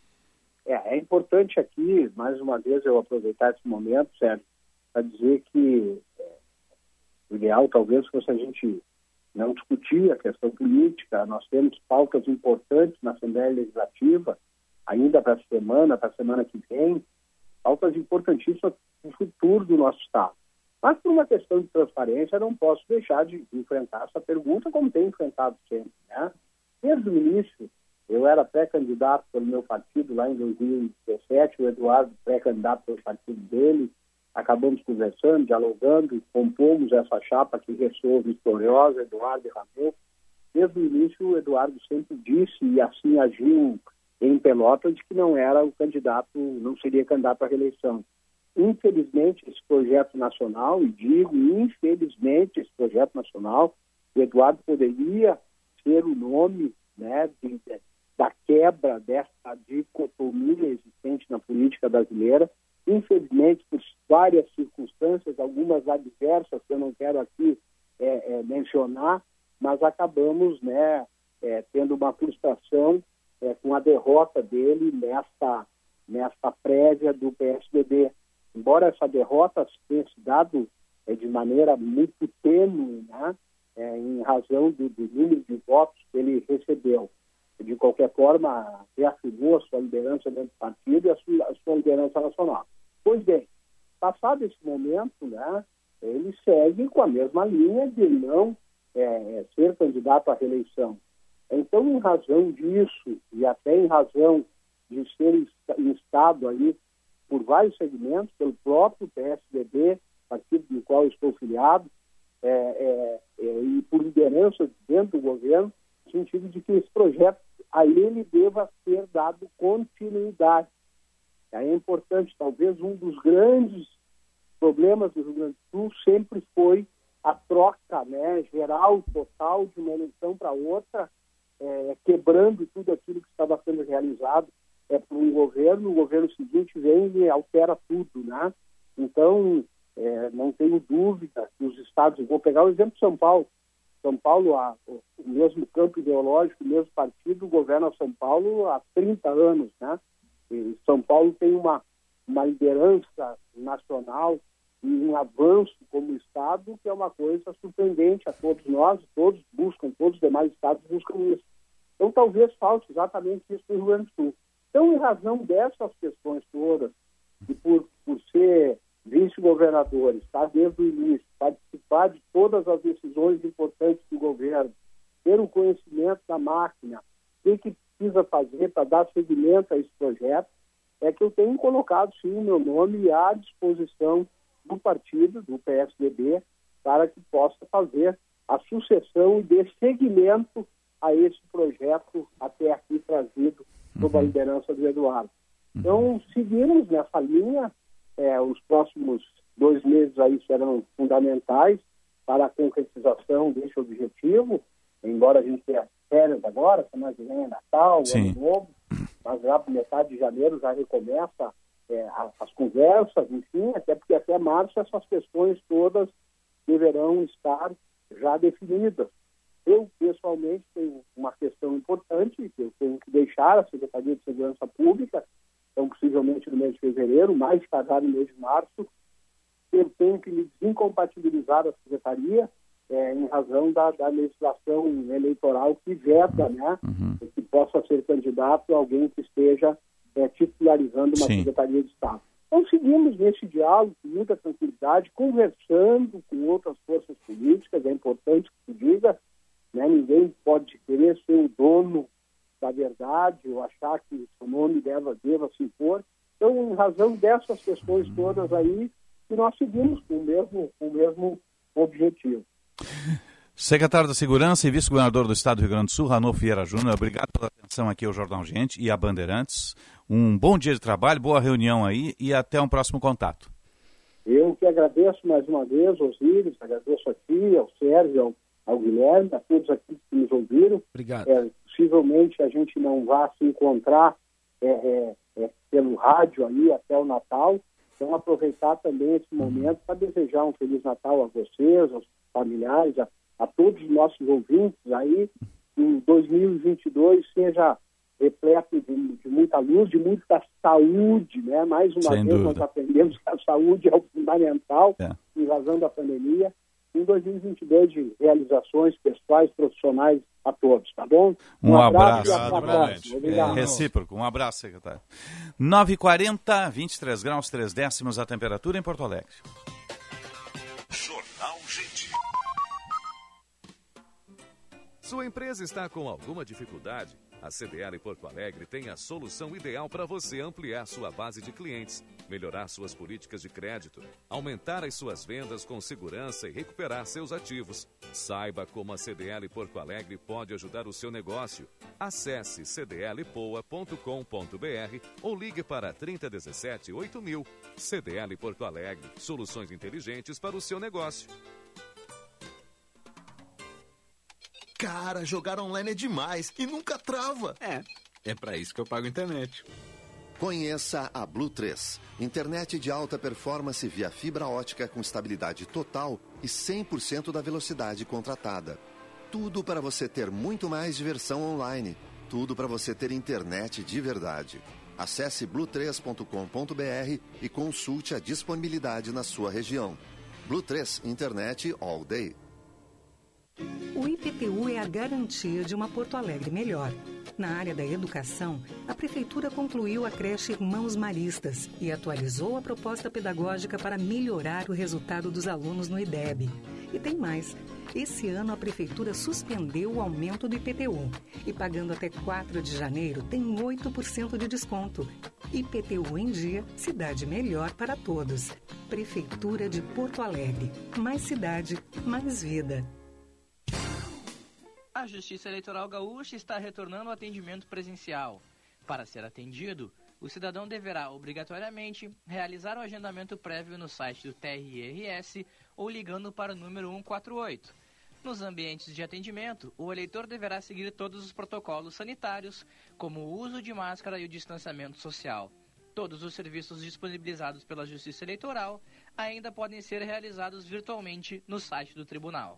É importante aqui, mais uma vez, eu aproveitar esse momento, Sérgio, para dizer que o ideal talvez fosse a gente não discutir a questão política. Nós temos pautas importantes na Assembleia Legislativa, ainda para a semana que vem, pautas importantíssimas para o futuro do nosso Estado. Mas por uma questão de transparência, não posso deixar de enfrentar essa pergunta como tenho enfrentado sempre, né? Desde o início, eu era pré-candidato pelo meu partido lá em 2017, o Eduardo pré-candidato pelo partido dele. Acabamos conversando, dialogando, compomos essa chapa que ressoou vitoriosa, Eduardo e Ramon. Desde o início, o Eduardo sempre disse, e assim agiu em Pelotas, de que não seria candidato à reeleição. Infelizmente, esse projeto nacional, e digo infelizmente, esse projeto nacional, o Eduardo poderia ser o nome, né, da quebra dessa dicotomia existente na política brasileira. Infelizmente, por várias circunstâncias, algumas adversas que eu não quero aqui mencionar, mas acabamos, né, tendo uma frustração com a derrota dele nesta prévia do PSDB. Embora essa derrota tenha se dado de maneira muito tênue, né, em razão do número de votos que ele recebeu. De qualquer forma, reafirmou a sua liderança dentro do partido e a sua liderança nacional. Pois bem, passado esse momento, né, ele segue com a mesma linha de não ser candidato à reeleição. Então, em razão disso, e até em razão de ser instado aí por vários segmentos, pelo próprio PSDB, partido do qual eu estou filiado, e por liderança dentro do governo, no sentido de que esse projeto a ele deva ser dado continuidade. É importante, talvez um dos grandes problemas do Rio Grande do Sul sempre foi a troca, né, geral, total, de uma eleição para outra, quebrando tudo aquilo que estava sendo realizado por um governo. O governo seguinte vem e altera tudo, né? Então, não tenho dúvida que os estados... Vou pegar o exemplo de São Paulo. São Paulo, o mesmo campo ideológico, o mesmo partido, governa São Paulo há 30 anos, né? E São Paulo tem uma liderança nacional e um avanço como Estado que é uma coisa surpreendente a todos nós, todos os demais estados buscam isso. Então, talvez falte exatamente isso no Rio Grande do Sul. Então, em razão dessas questões todas, e por ser vice-governador, estar desde o início, participar de todas as decisões importantes do governo, ter o conhecimento da máquina, o que precisa fazer para dar seguimento a esse projeto, é que eu tenho colocado, sim, o meu nome à disposição do partido, do PSDB, para que possa fazer a sucessão e dê seguimento a esse projeto até aqui trazido sob a liderança do Eduardo. Então, seguimos nessa linha. Os próximos 2 meses aí serão fundamentais para a concretização desse objetivo, embora a gente tenha férias agora, semana que vem é Natal, Ano Novo, mas já por metade de janeiro já recomeça as conversas, enfim, até porque até março essas questões todas deverão estar já definidas. Eu, pessoalmente, tenho uma questão importante que eu tenho que deixar a Secretaria de Segurança Pública, então possivelmente no mês de fevereiro, mais tardar no mês de março. Eu tenho que me desincompatibilizar da Secretaria em razão da legislação eleitoral que veta, né, que possa ser candidato a alguém que esteja titularizando uma Secretaria de Estado. Então seguimos nesse diálogo com muita tranquilidade, conversando com outras forças políticas. É importante que se diga, né, ninguém pode querer ser o dono da verdade ou achar que o nome deva se impor. Então, em razão dessas questões todas aí, que nós seguimos com o mesmo objetivo. Secretário da Segurança e vice-governador do Estado do Rio Grande do Sul, Ranolfo Vieira Júnior, obrigado pela atenção aqui ao Jornal Gente e à Bandeirantes. Um bom dia de trabalho, boa reunião aí e até um próximo contato. Eu que agradeço mais uma vez, Osíris, agradeço a ti, ao Sérgio, ao Guilherme, a todos aqui que nos ouviram. Obrigado. Possivelmente a gente não vá se encontrar pelo rádio aí até o Natal. Então, aproveitar também esse momento para desejar um Feliz Natal a vocês, aos familiares, a todos os nossos ouvintes aí. Em 2022 seja repleto de muita luz, de muita saúde, né? Mais uma Sem vez dúvida. nós aprendemos que a saúde é o fundamental em razão da pandemia. Em 2022 de realizações pessoais, profissionais a todos, tá bom? Um abraço. E até a próxima. Obrigado. Recíproco. Um abraço, secretário. 9h40, 23 graus, 3 décimos a temperatura em Porto Alegre. Jornal Gente. Sua empresa está com alguma dificuldade? A CDL Porto Alegre tem a solução ideal para você ampliar sua base de clientes, melhorar suas políticas de crédito, aumentar as suas vendas com segurança e recuperar seus ativos. Saiba como a CDL Porto Alegre pode ajudar o seu negócio. Acesse cdlpoa.com.br ou ligue para 3017 8000. CDL Porto Alegre, soluções inteligentes para o seu negócio. Cara, jogar online é demais e nunca trava. É pra isso que eu pago internet. Conheça a Blue 3, internet de alta performance via fibra ótica com estabilidade total e 100% da velocidade contratada. Tudo para você ter muito mais diversão online. Tudo para você ter internet de verdade. Acesse blue3.com.br e consulte a disponibilidade na sua região. Blue 3, internet all day. O IPTU é a garantia de uma Porto Alegre melhor. Na área da educação, a Prefeitura concluiu a creche Irmãos Maristas e atualizou a proposta pedagógica para melhorar o resultado dos alunos no IDEB. E tem mais. Esse ano a Prefeitura suspendeu o aumento do IPTU. E pagando até 4 de janeiro tem 8% de desconto. IPTU em dia, cidade melhor para todos. Prefeitura de Porto Alegre. Mais cidade, mais vida. A Justiça Eleitoral Gaúcha está retornando ao atendimento presencial. Para ser atendido, o cidadão deverá obrigatoriamente realizar o agendamento prévio no site do TRRS ou ligando para o número 148. Nos ambientes de atendimento, o eleitor deverá seguir todos os protocolos sanitários, como o uso de máscara e o distanciamento social. Todos os serviços disponibilizados pela Justiça Eleitoral ainda podem ser realizados virtualmente no site do Tribunal.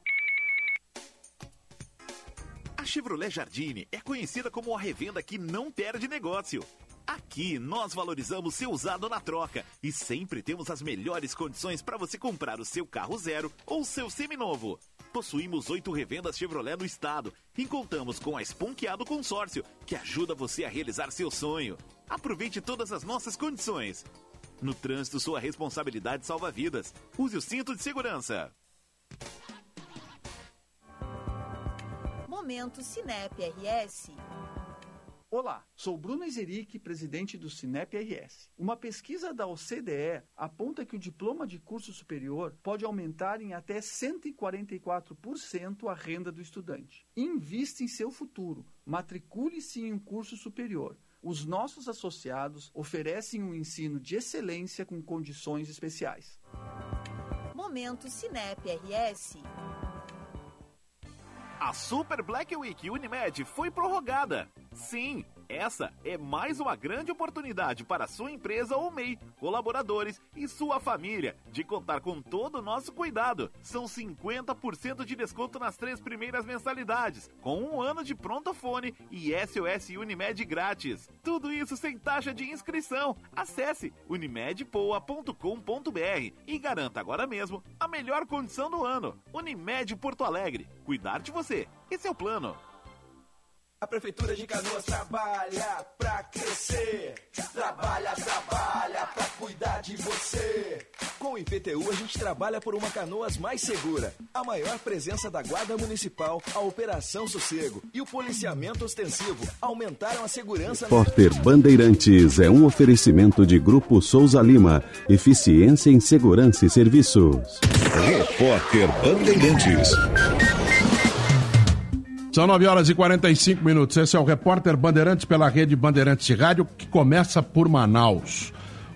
A Chevrolet Jardine é conhecida como a revenda que não perde negócio. Aqui nós valorizamos seu usado na troca e sempre temos as melhores condições para você comprar o seu carro zero ou seu seminovo. Possuímos 8 revendas Chevrolet no estado e contamos com a Esponqueado Consórcio, que ajuda você a realizar seu sonho. Aproveite todas as nossas condições. No trânsito, sua responsabilidade salva vidas. Use o cinto de segurança. Momento Cinep RS. Olá, sou Bruno Ezeric, presidente do Cinep RS. Uma pesquisa da OCDE aponta que o diploma de curso superior pode aumentar em até 144% a renda do estudante. Invista em seu futuro. Matricule-se em um curso superior. Os nossos associados oferecem um ensino de excelência com condições especiais. Momento Cinep RS. A Super Black Week Unimed foi prorrogada. Sim, essa é mais uma grande oportunidade para sua empresa ou MEI, colaboradores e sua família de contar com todo o nosso cuidado. São 50% de desconto nas 3 primeiras mensalidades, com 1 ano de prontofone e SOS Unimed grátis. Tudo isso sem taxa de inscrição. Acesse unimedpoa.com.br e garanta agora mesmo a melhor condição do ano. Unimed Porto Alegre. Cuidar de você. Esse é o plano. A Prefeitura de Canoas trabalha pra crescer. Trabalha pra cuidar de você. Com o IPTU, a gente trabalha por uma Canoas mais segura. A maior presença da Guarda Municipal, a Operação Sossego e o policiamento ostensivo aumentaram a segurança... Repórter Bandeirantes é um oferecimento de Grupo Souza Lima. Eficiência em Segurança e Serviços. Repórter Bandeirantes. São 9h45. Esse é o Repórter Bandeirantes pela rede Bandeirantes de Rádio, que começa por Manaus.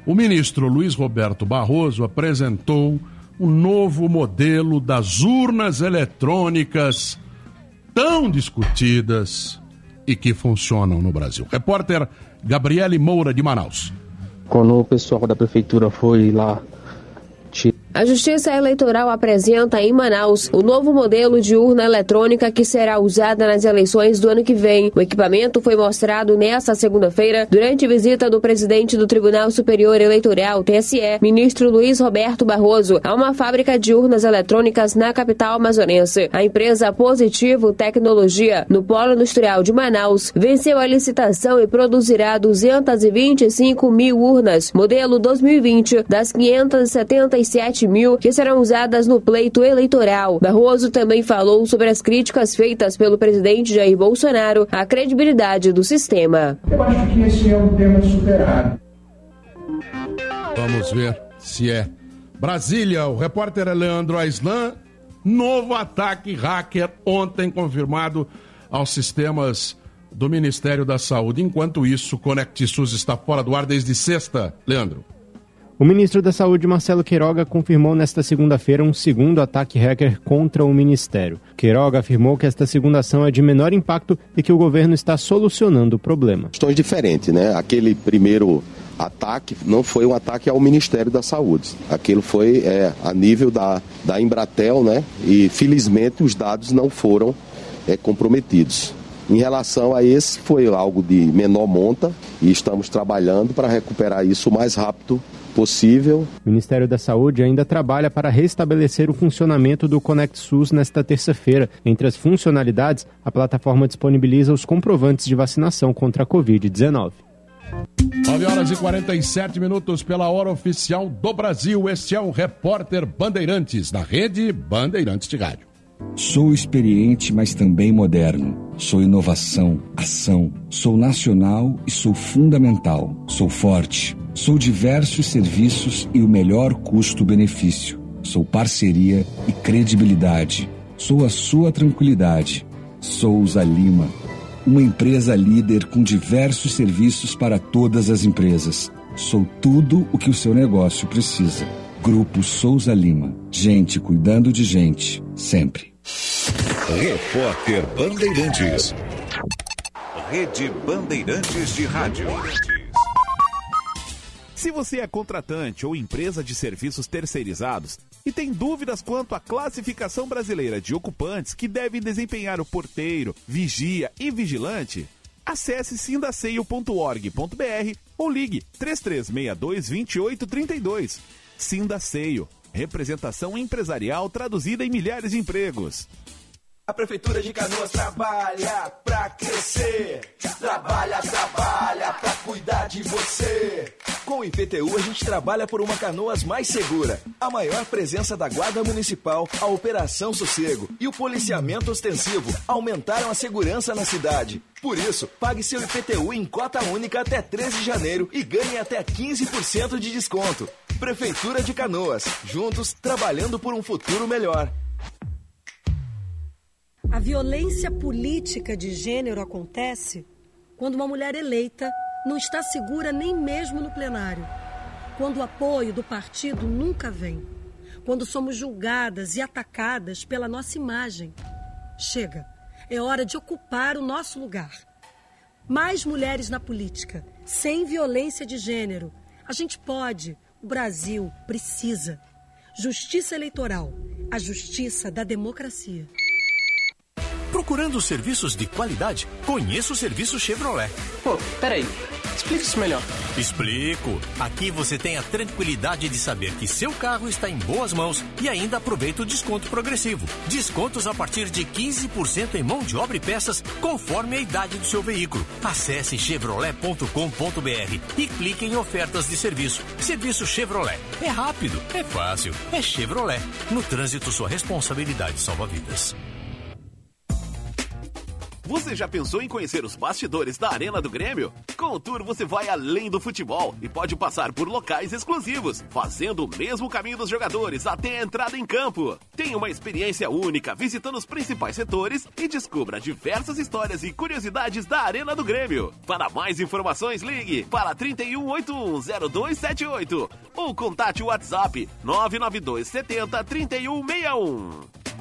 o ministro Luiz Roberto Barroso apresentou um novo modelo das urnas eletrônicas tão discutidas e que funcionam no Brasil. Repórter Gabriele Moura, de Manaus. Quando o pessoal da prefeitura foi lá... A Justiça Eleitoral apresenta em Manaus o novo modelo de urna eletrônica que será usada nas eleições do ano que vem. O equipamento foi mostrado nesta segunda-feira durante visita do presidente do Tribunal Superior Eleitoral, TSE, ministro Luiz Roberto Barroso, a uma fábrica de urnas eletrônicas na capital amazonense. A empresa Positivo Tecnologia, no Polo Industrial de Manaus, venceu a licitação e produzirá 225 mil urnas, modelo 2020, das 577 mil que serão usadas no pleito eleitoral. Barroso também falou sobre as críticas feitas pelo presidente Jair Bolsonaro à credibilidade do sistema. Eu acho que esse é um tema superado. Vamos ver se é. Brasília, o repórter Leandro Aislan, novo ataque hacker ontem confirmado aos sistemas do Ministério da Saúde. Enquanto isso, Conect SUS está fora do ar desde sexta. Leandro. O ministro da Saúde, Marcelo Queiroga, confirmou nesta segunda-feira um segundo ataque hacker contra o Ministério. Queiroga afirmou que esta segunda ação é de menor impacto e que o governo está solucionando o problema. Questões diferentes, né? Aquele primeiro ataque não foi um ataque ao Ministério da Saúde. Aquilo foi a nível da Embratel, né? E felizmente os dados não foram comprometidos. Em relação a esse, foi algo de menor monta e estamos trabalhando para recuperar isso o mais rápido possível. O Ministério da Saúde ainda trabalha para restabelecer o funcionamento do Conect SUS nesta terça-feira. Entre as funcionalidades, a plataforma disponibiliza os comprovantes de vacinação contra a Covid-19. 9h47 pela hora oficial do Brasil. Este é o Repórter Bandeirantes, na rede Bandeirantes de Rádio. Sou experiente, mas também moderno. Sou inovação, ação. Sou nacional e sou fundamental. Sou forte. Sou diversos serviços e o melhor custo-benefício. Sou parceria e credibilidade. Sou a sua tranquilidade. Souza Lima, uma empresa líder com diversos serviços para todas as empresas. Sou tudo o que o seu negócio precisa. Grupo Souza Lima. Gente cuidando de gente, sempre. Repórter Bandeirantes. Rede Bandeirantes de Rádio. Se você é contratante ou empresa de serviços terceirizados e tem dúvidas quanto à classificação brasileira de ocupantes que devem desempenhar o porteiro, vigia e vigilante, acesse sindaceio.org.br ou ligue 3362-2832. Sindaceio, representação empresarial traduzida em milhares de empregos. A Prefeitura de Canoas trabalha pra crescer. Trabalha pra cuidar de você. Com o IPTU, a gente trabalha por uma Canoas mais segura. A maior presença da Guarda Municipal, a Operação Sossego e o policiamento ostensivo aumentaram a segurança na cidade. Por isso, pague seu IPTU em cota única até 13 de janeiro e ganhe até 15% de desconto. Prefeitura de Canoas, juntos trabalhando por um futuro melhor. A violência política de gênero acontece quando uma mulher eleita não está segura nem mesmo no plenário, quando o apoio do partido nunca vem, quando somos julgadas e atacadas pela nossa imagem. Chega, é hora de ocupar o nosso lugar. Mais mulheres na política, sem violência de gênero. A gente pode, o Brasil precisa. Justiça eleitoral, a justiça da democracia. Procurando serviços de qualidade? Conheça o serviço Chevrolet. Pô, peraí. Explica isso melhor. Explico. Aqui você tem a tranquilidade de saber que seu carro está em boas mãos e ainda aproveita o desconto progressivo. Descontos a partir de 15% em mão de obra e peças, conforme a idade do seu veículo. Acesse chevrolet.com.br e clique em ofertas de serviço. Serviço Chevrolet. É rápido, é fácil, é Chevrolet. No trânsito, sua responsabilidade salva vidas. Você já pensou em conhecer os bastidores da Arena do Grêmio? Com o Tour você vai além do futebol e pode passar por locais exclusivos, fazendo o mesmo caminho dos jogadores até a entrada em campo. Tenha uma experiência única visitando os principais setores e descubra diversas histórias e curiosidades da Arena do Grêmio. Para mais informações, ligue para 31810278 ou contate o WhatsApp 992 70 3161.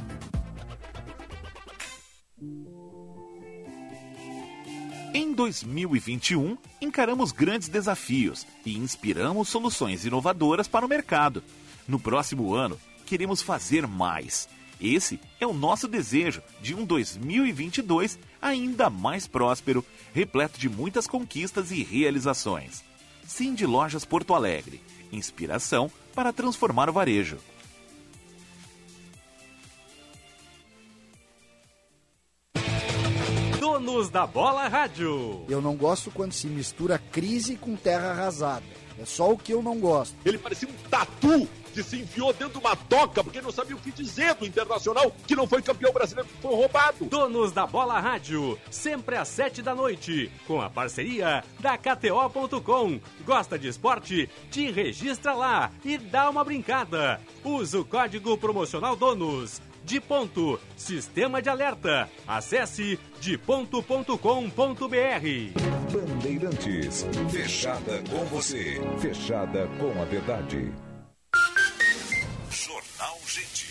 Em 2021, encaramos grandes desafios e inspiramos soluções inovadoras para o mercado. No próximo ano, queremos fazer mais. Esse é o nosso desejo de um 2022 ainda mais próspero, repleto de muitas conquistas e realizações. Cindy Lojas Porto Alegre. Inspiração para transformar o varejo. Donos da Bola Rádio. Eu não gosto quando se mistura crise com terra arrasada. É só o que eu não gosto. Ele parecia um tatu que se enfiou dentro de uma toca porque não sabia o que dizer do Internacional, que não foi campeão brasileiro, que foi roubado. Donos da Bola Rádio, sempre às 7h, com a parceria da KTO.com. Gosta de esporte? Te registra lá e dá uma brincada. Usa o código promocional DONOS. De Ponto, Sistema de Alerta. Acesse deponto.com.br. Bandeirantes, fechada com você, fechada com a verdade. Jornal Gente.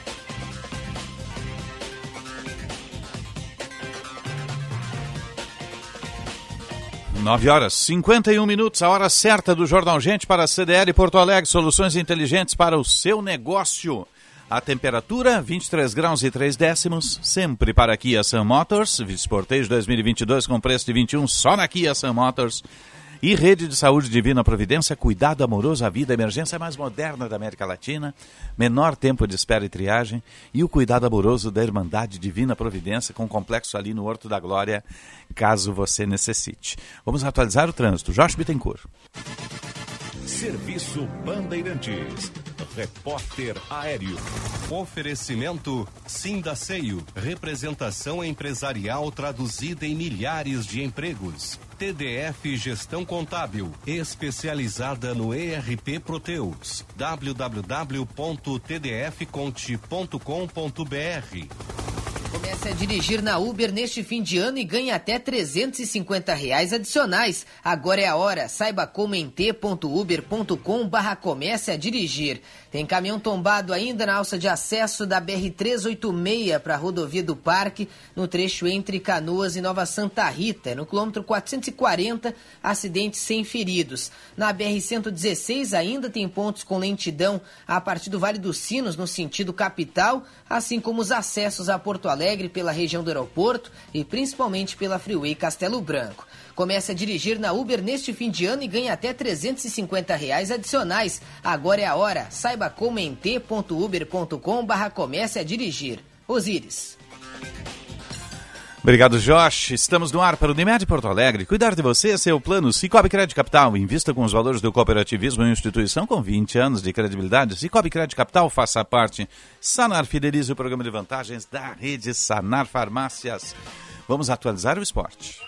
Nove horas 51 minutos, a hora certa do Jornal Gente para a CDL Porto Alegre, soluções inteligentes para o seu negócio. A temperatura, 23 graus e 3 décimos, sempre para a Kia Sun Motors, Visportage 2022 com preço de 21 só na Kia Sun Motors. E Rede de Saúde Divina Providência, cuidado amoroso à vida, a emergência mais moderna da América Latina, menor tempo de espera e triagem, e o cuidado amoroso da Irmandade Divina Providência, com complexo ali no Horto da Glória, caso você necessite. Vamos atualizar o trânsito. Josh Bittencourt. Serviço Bandeirantes. Repórter Aéreo. Oferecimento Sindaceio. Representação empresarial traduzida em milhares de empregos. TDF Gestão Contábil. Especializada no ERP Proteus. www.tdfconte.com.br. Comece a dirigir na Uber neste fim de ano e ganhe até R$350 adicionais. Agora é a hora. Saiba como em t.uber.com/comece a dirigir. Tem caminhão tombado ainda na alça de acesso da BR-386 para a rodovia do Parque, no trecho entre Canoas e Nova Santa Rita. No quilômetro 440, acidente sem feridos. Na BR-116 ainda tem pontos com lentidão a partir do Vale dos Sinos, no sentido capital, assim como os acessos a Porto Alegre pela região do aeroporto e principalmente pela Freeway Castelo Branco. Comece a dirigir na Uber neste fim de ano e ganhe até R$350 adicionais. Agora é a hora. Saiba como em t.uber.com/comece a dirigir. Osíris. Obrigado, Josh. Estamos no ar para o Unimed Porto Alegre. Cuidar de você é seu plano. Cicobi Crédito Capital. Invista com os valores do cooperativismo em instituição com 20 anos de credibilidade. Cicobi Crédito Capital, faça parte. Sanar, fidelize o programa de vantagens da rede Sanar Farmácias. Vamos atualizar o esporte.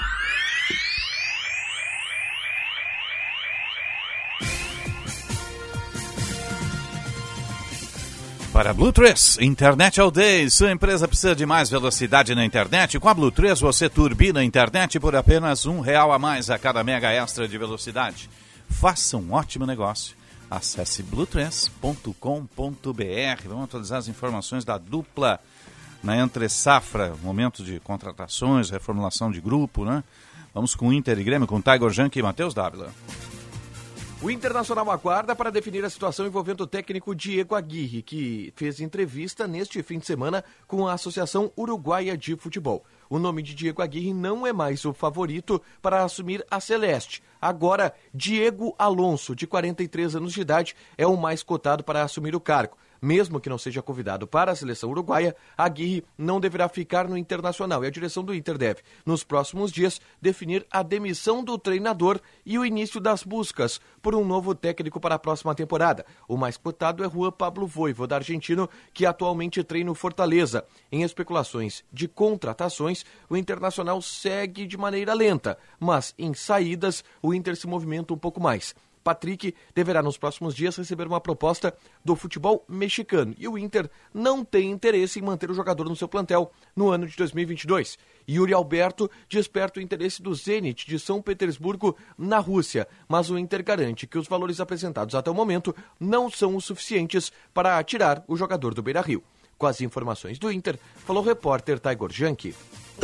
Para a Blue 3, internet all day. Sua empresa precisa de mais velocidade na internet. Com a Blue 3 você turbina a internet por apenas R$1 a mais a cada mega extra de velocidade. Faça um ótimo negócio. Acesse blue3.com.br. Vamos atualizar as informações da dupla na entre safra, momento de contratações, reformulação de grupo, né? Vamos com o Inter e Grêmio, com Tiger Junk e Matheus Dávila. O Internacional aguarda para definir a situação envolvendo o técnico Diego Aguirre, que fez entrevista neste fim de semana com a Associação Uruguaia de Futebol. O nome de Diego Aguirre não é mais o favorito para assumir a Celeste. Agora, Diego Alonso, de 43 anos de idade, é o mais cotado para assumir o cargo. Mesmo que não seja convidado para a seleção uruguaia, Aguirre não deverá ficar no Internacional e a direção do Inter deve, nos próximos dias, definir a demissão do treinador e o início das buscas por um novo técnico para a próxima temporada. O mais cotado é Juan Pablo Voivoda, argentino, que atualmente treina o Fortaleza. Em especulações de contratações, o Internacional segue de maneira lenta, mas em saídas o Inter se movimenta um pouco mais. Patrick deverá nos próximos dias receber uma proposta do futebol mexicano e o Inter não tem interesse em manter o jogador no seu plantel no ano de 2022. Yuri Alberto desperta o interesse do Zenit de São Petersburgo na Rússia, mas o Inter garante que os valores apresentados até o momento não são os suficientes para tirar o jogador do Beira-Rio. Com as informações do Inter, falou o repórter Taigor Janke.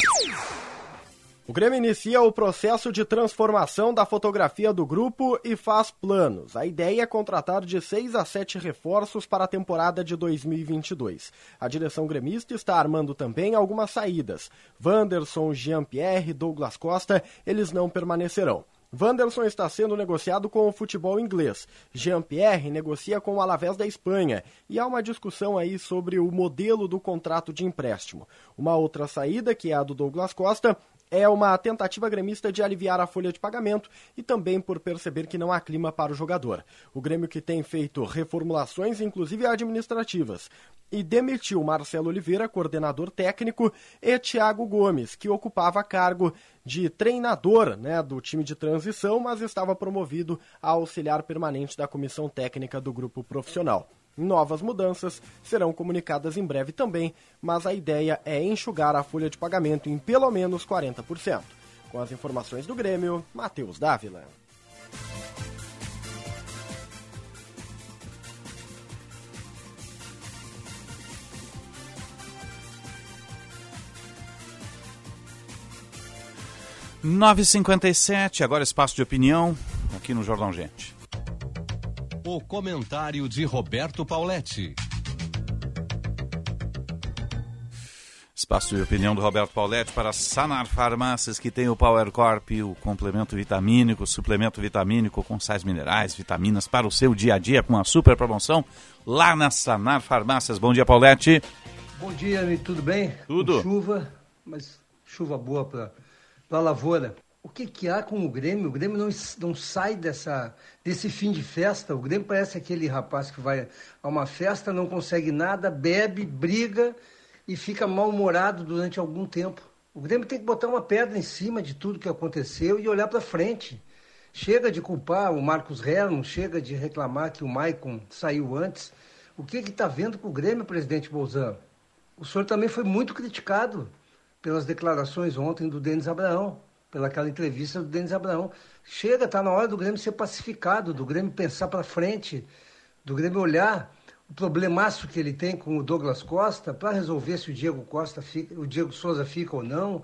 O Grêmio inicia o processo de transformação da fotografia do grupo e faz planos. A ideia é contratar de 6 a 7 reforços para a temporada de 2022. A direção gremista está armando também algumas saídas. Wanderson, Jean-Pierre, Douglas Costa, eles não permanecerão. Wanderson está sendo negociado com o futebol inglês. Jean-Pierre negocia com o Alavés da Espanha. E há uma discussão aí sobre o modelo do contrato de empréstimo. Uma outra saída, que é a do Douglas Costa, é uma tentativa gremista de aliviar a folha de pagamento e também por perceber que não há clima para o jogador. O Grêmio que tem feito reformulações, inclusive administrativas, e demitiu Marcelo Oliveira, coordenador técnico, e Thiago Gomes, que ocupava cargo de treinador, do time de transição, mas estava promovido a auxiliar permanente da comissão técnica do grupo profissional. Novas mudanças serão comunicadas em breve também, mas a ideia é enxugar a folha de pagamento em pelo menos 40%. Com as informações do Grêmio, Matheus Dávila. – 9h57, agora espaço de opinião aqui no Jordão Gente. O comentário de Roberto Pauletti. Espaço de opinião do Roberto Pauletti para Sanar Farmácias, que tem o Power Corp, o complemento vitamínico, suplemento vitamínico com sais minerais, vitaminas para o seu dia a dia, com uma super promoção lá na Sanar Farmácias. Bom dia, Pauletti. Bom dia, tudo bem? Tudo. Com chuva, mas chuva boa para a lavoura. O que há com o Grêmio? O Grêmio não sai desse fim de festa. O Grêmio parece aquele rapaz que vai a uma festa, não consegue nada, bebe, briga e fica mal-humorado durante algum tempo. O Grêmio tem que botar uma pedra em cima de tudo que aconteceu e olhar para frente. Chega de culpar o Marcos Herman, chega de reclamar que o Maicon saiu antes. O que está vendo com o Grêmio, presidente Bolzano? O senhor também foi muito criticado pelas declarações ontem do Denis Abraão, pelaquela entrevista do Denis Abraão. Chega, está na hora do Grêmio ser pacificado, do Grêmio pensar para frente, do Grêmio olhar o problemaço que ele tem com o Douglas Costa para resolver se o Diego Souza fica ou não.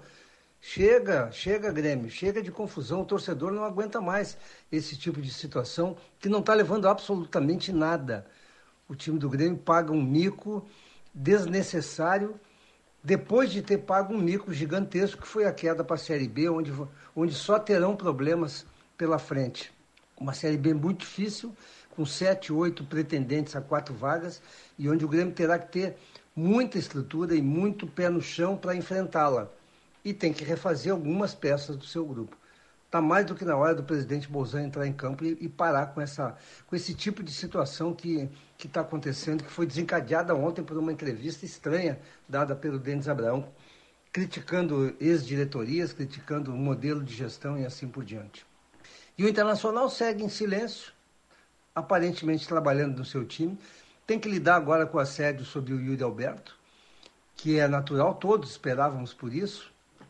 Chega, Grêmio, chega de confusão, o torcedor não aguenta mais esse tipo de situação que não está levando absolutamente nada. O time do Grêmio paga um mico desnecessário, depois de ter pago um mico gigantesco, que foi a queda para a Série B, onde só terão problemas pela frente. Uma Série B muito difícil, com 7, 8 pretendentes a 4 vagas, e onde o Grêmio terá que ter muita estrutura e muito pé no chão para enfrentá-la. E tem que refazer algumas peças do seu grupo. Está mais do que na hora do presidente Bolzan entrar em campo e parar com esse tipo de situação que está acontecendo, que foi desencadeada ontem por uma entrevista estranha dada pelo Denis Abraão, criticando ex-diretorias, criticando o modelo de gestão e assim por diante. E o Internacional segue em silêncio, aparentemente trabalhando no seu time. Tem que lidar agora com o assédio sobre o Yuri Alberto, que é natural, todos esperávamos por isso.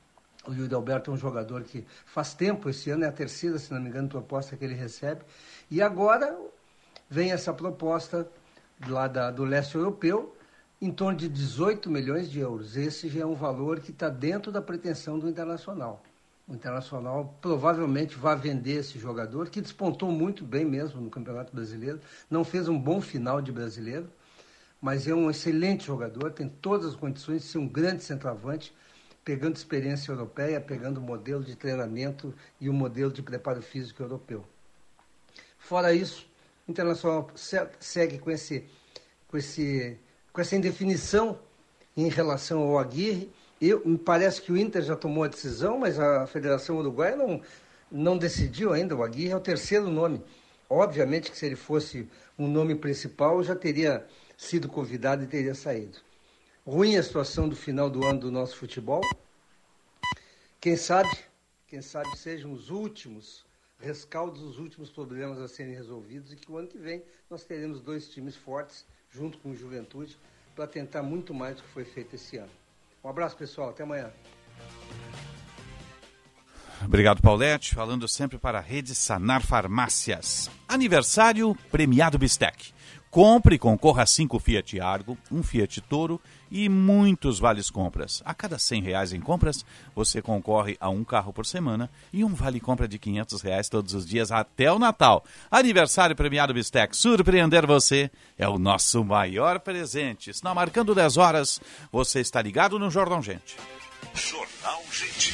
O Yuri Alberto é um jogador que faz tempo, esse ano é a terceira, se não me engano, proposta que ele recebe. E agora vem essa proposta lá do leste europeu, em torno de 18 milhões de euros. Esse já é um valor que está dentro da pretensão do Internacional. O Internacional provavelmente vai vender esse jogador, que despontou muito bem mesmo no Campeonato Brasileiro, não fez um bom final de Brasileiro, mas é um excelente jogador, tem todas as condições de ser um grande centroavante, pegando experiência europeia, pegando o modelo de treinamento e o modelo de preparo físico europeu. Fora isso, o Internacional segue com esse essa indefinição em relação ao Aguirre. Me parece que o Inter já tomou a decisão, mas a Federação Uruguaia não decidiu ainda. O Aguirre é o terceiro nome. Obviamente que se ele fosse um nome principal, já teria sido convidado e teria saído. Ruim a situação do final do ano do nosso futebol. Quem sabe sejam os últimos rescaldos, os últimos problemas a serem resolvidos e que o ano que vem nós teremos 2 times fortes, junto com o Juventude, para tentar muito mais do que foi feito esse ano. Um abraço, pessoal. Até amanhã. Obrigado, Paulette. Falando sempre para a Rede Sanar Farmácias. Aniversário premiado Bistec. Compre e concorra a 5 Fiat Argo, 1 Fiat Toro e muitos vales compras. A cada R$100 em compras, você concorre a 1 carro por semana e um vale compra de R$500 todos os dias até o Natal. Aniversário premiado Bistec. Surpreender você é o nosso maior presente. Está marcando 10 horas. Você está ligado no Jornal Gente. Jornal Gente.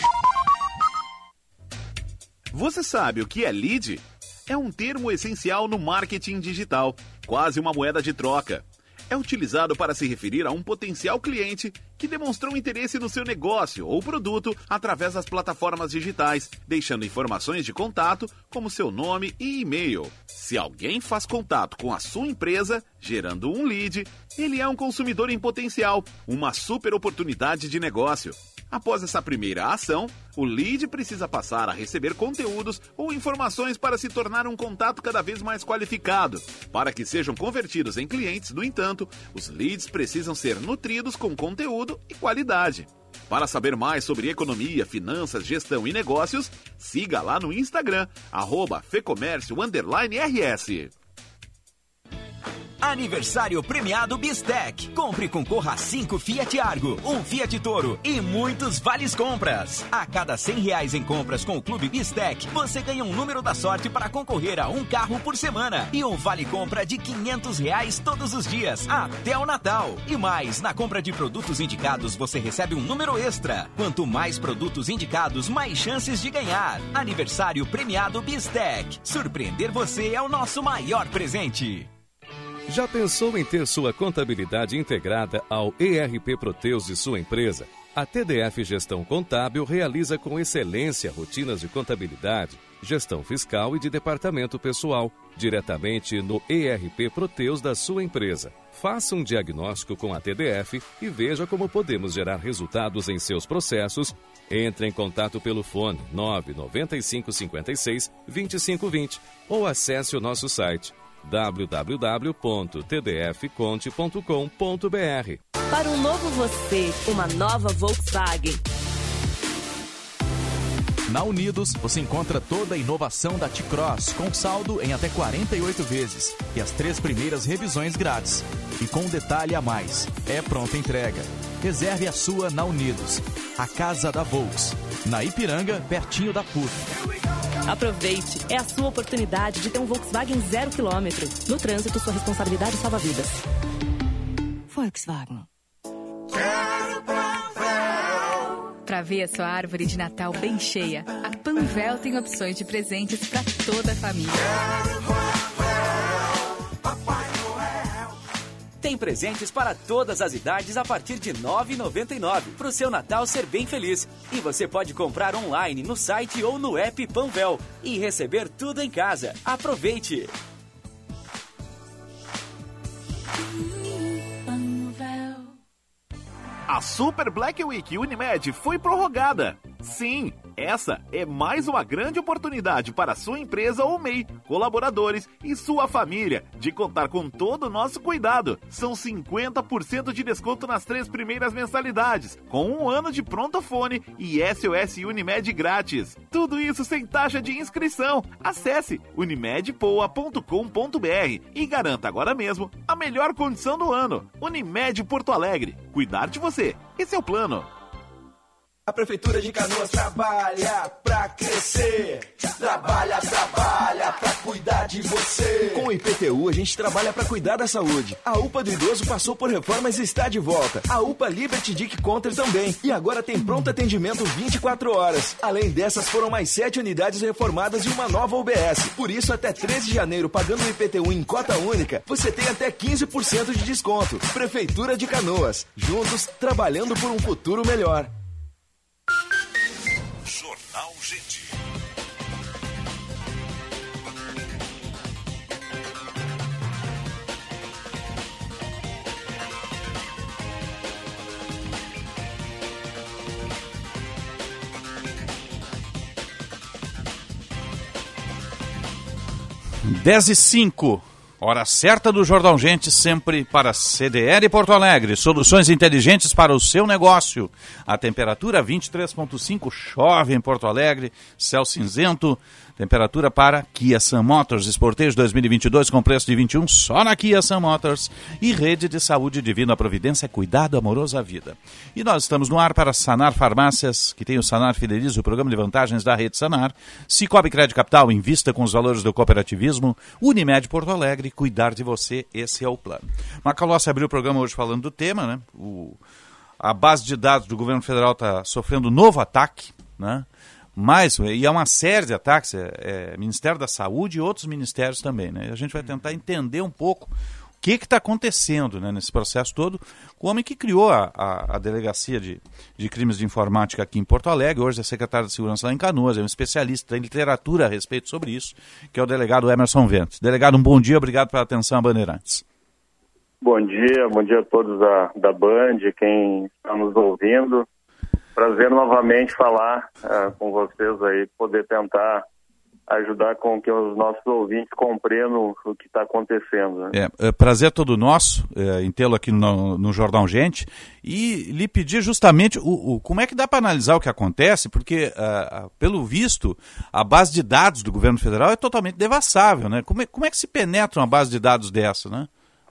Você sabe o que é lead? É um termo essencial no marketing digital, quase uma moeda de troca. É utilizado para se referir a um potencial cliente que demonstrou interesse no seu negócio ou produto através das plataformas digitais, deixando informações de contato como seu nome e e-mail. Se alguém faz contato com a sua empresa, gerando um lead, ele é um consumidor em potencial, uma super oportunidade de negócio. Após essa primeira ação, o lead precisa passar a receber conteúdos ou informações para se tornar um contato cada vez mais qualificado. Para que sejam convertidos em clientes, no entanto, os leads precisam ser nutridos com conteúdo e qualidade. Para saber mais sobre economia, finanças, gestão e negócios, siga lá no Instagram, @fecomércio_RS. Aniversário premiado Bistec. Compre e concorra a 5 Fiat Argo, 1 Fiat Toro e muitos vales compras. A cada R$100 em compras com o Clube Bistec, você ganha um número da sorte para concorrer a 1 carro por semana e um vale compra de R$500 todos os dias até o Natal. E mais, na compra de produtos indicados, você recebe um número extra. Quanto mais produtos indicados, mais chances de ganhar. Aniversário premiado Bistec. Surpreender você é o nosso maior presente. Já pensou em ter sua contabilidade integrada ao ERP Proteus de sua empresa? A TDF Gestão Contábil realiza com excelência rotinas de contabilidade, gestão fiscal e de departamento pessoal, diretamente no ERP Proteus da sua empresa. Faça um diagnóstico com a TDF e veja como podemos gerar resultados em seus processos. Entre em contato pelo fone 995 56 2520 ou acesse o nosso site www.tdfconte.com.br. Para um novo você, uma nova Volkswagen. Na Unidos, você encontra toda a inovação da T-Cross, com saldo em até 48 vezes e as 3 primeiras revisões grátis. E com um detalhe a mais, é pronta entrega. Reserve a sua na Unidos, a casa da Volks, na Ipiranga, pertinho da PUC. Aproveite, é a sua oportunidade de ter um Volkswagen 0 km. No trânsito, sua responsabilidade salva vidas. Volkswagen. Para ver a sua árvore de Natal bem cheia, a Panvel tem opções de presentes para toda a família. Tem presentes para todas as idades a partir de R$ 9,99 para o seu Natal ser bem feliz. E você pode comprar online no site ou no app Panvel e receber tudo em casa. Aproveite! A Super Black Week Unimed foi prorrogada. Sim, essa é mais uma grande oportunidade para sua empresa ou MEI, colaboradores e sua família de contar com todo o nosso cuidado. São 50% de desconto nas 3 primeiras mensalidades, com 1 ano de prontofone e SOS Unimed grátis. Tudo isso sem taxa de inscrição. Acesse unimedpoa.com.br e garanta agora mesmo a melhor condição do ano. Unimed Porto Alegre. Cuidar de você. Esse é o plano. A Prefeitura de Canoas trabalha pra crescer, trabalha pra cuidar. cuidar de você. Com o IPTU, a gente trabalha para cuidar da saúde. A UPA do idoso passou por reformas e está de volta. A UPA Liberty Dick Counter também. E agora tem pronto atendimento 24 horas. Além dessas, foram mais 7 unidades reformadas e uma nova UBS. Por isso, até 13 de janeiro, pagando o IPTU em cota única, você tem até 15% de desconto. Prefeitura de Canoas. Juntos, trabalhando por um futuro melhor. Jornal Gente. Dez e 5, hora certa do Jornal Gente, sempre para CDL Porto Alegre. Soluções inteligentes para o seu negócio. A temperatura 23,5, chove em Porto Alegre, céu cinzento. Temperatura para Kia Sun Motors, Sportage 2022 com preço de 21 só na Kia Sun Motors. E Rede de Saúde Divina Providência, cuidado amoroso à vida. E nós estamos no ar para Sanar Farmácias, que tem o Sanar Fideliza, o programa de vantagens da rede Sanar. Cicobi Crédito Capital, invista com os valores do cooperativismo. Unimed Porto Alegre, cuidar de você, esse é o plano. Macalossi abriu o programa hoje falando do tema, né? A base de dados do governo federal está sofrendo um novo ataque, né? E é uma série de ataques, Ministério da Saúde e outros ministérios também, né? A gente vai tentar entender um pouco o que está acontecendo, né, nesse processo todo. O homem que criou a Delegacia de Crimes de Informática aqui em Porto Alegre, hoje é secretário de Segurança lá em Canoas, é um especialista em literatura a respeito sobre isso, que é o delegado Emerson Ventes. Delegado, um bom dia, obrigado pela atenção a Bandeirantes. Bom dia a todos da Band, quem está nos ouvindo. Prazer novamente falar com vocês aí, poder tentar ajudar com que os nossos ouvintes compreendam o que está acontecendo. Né? Prazer todo nosso em tê-lo aqui no Jornal Gente e lhe pedir justamente como é que dá para analisar o que acontece, porque, pelo visto, a base de dados do governo federal é totalmente devassável, né? Como é que se penetra uma base de dados dessa, né?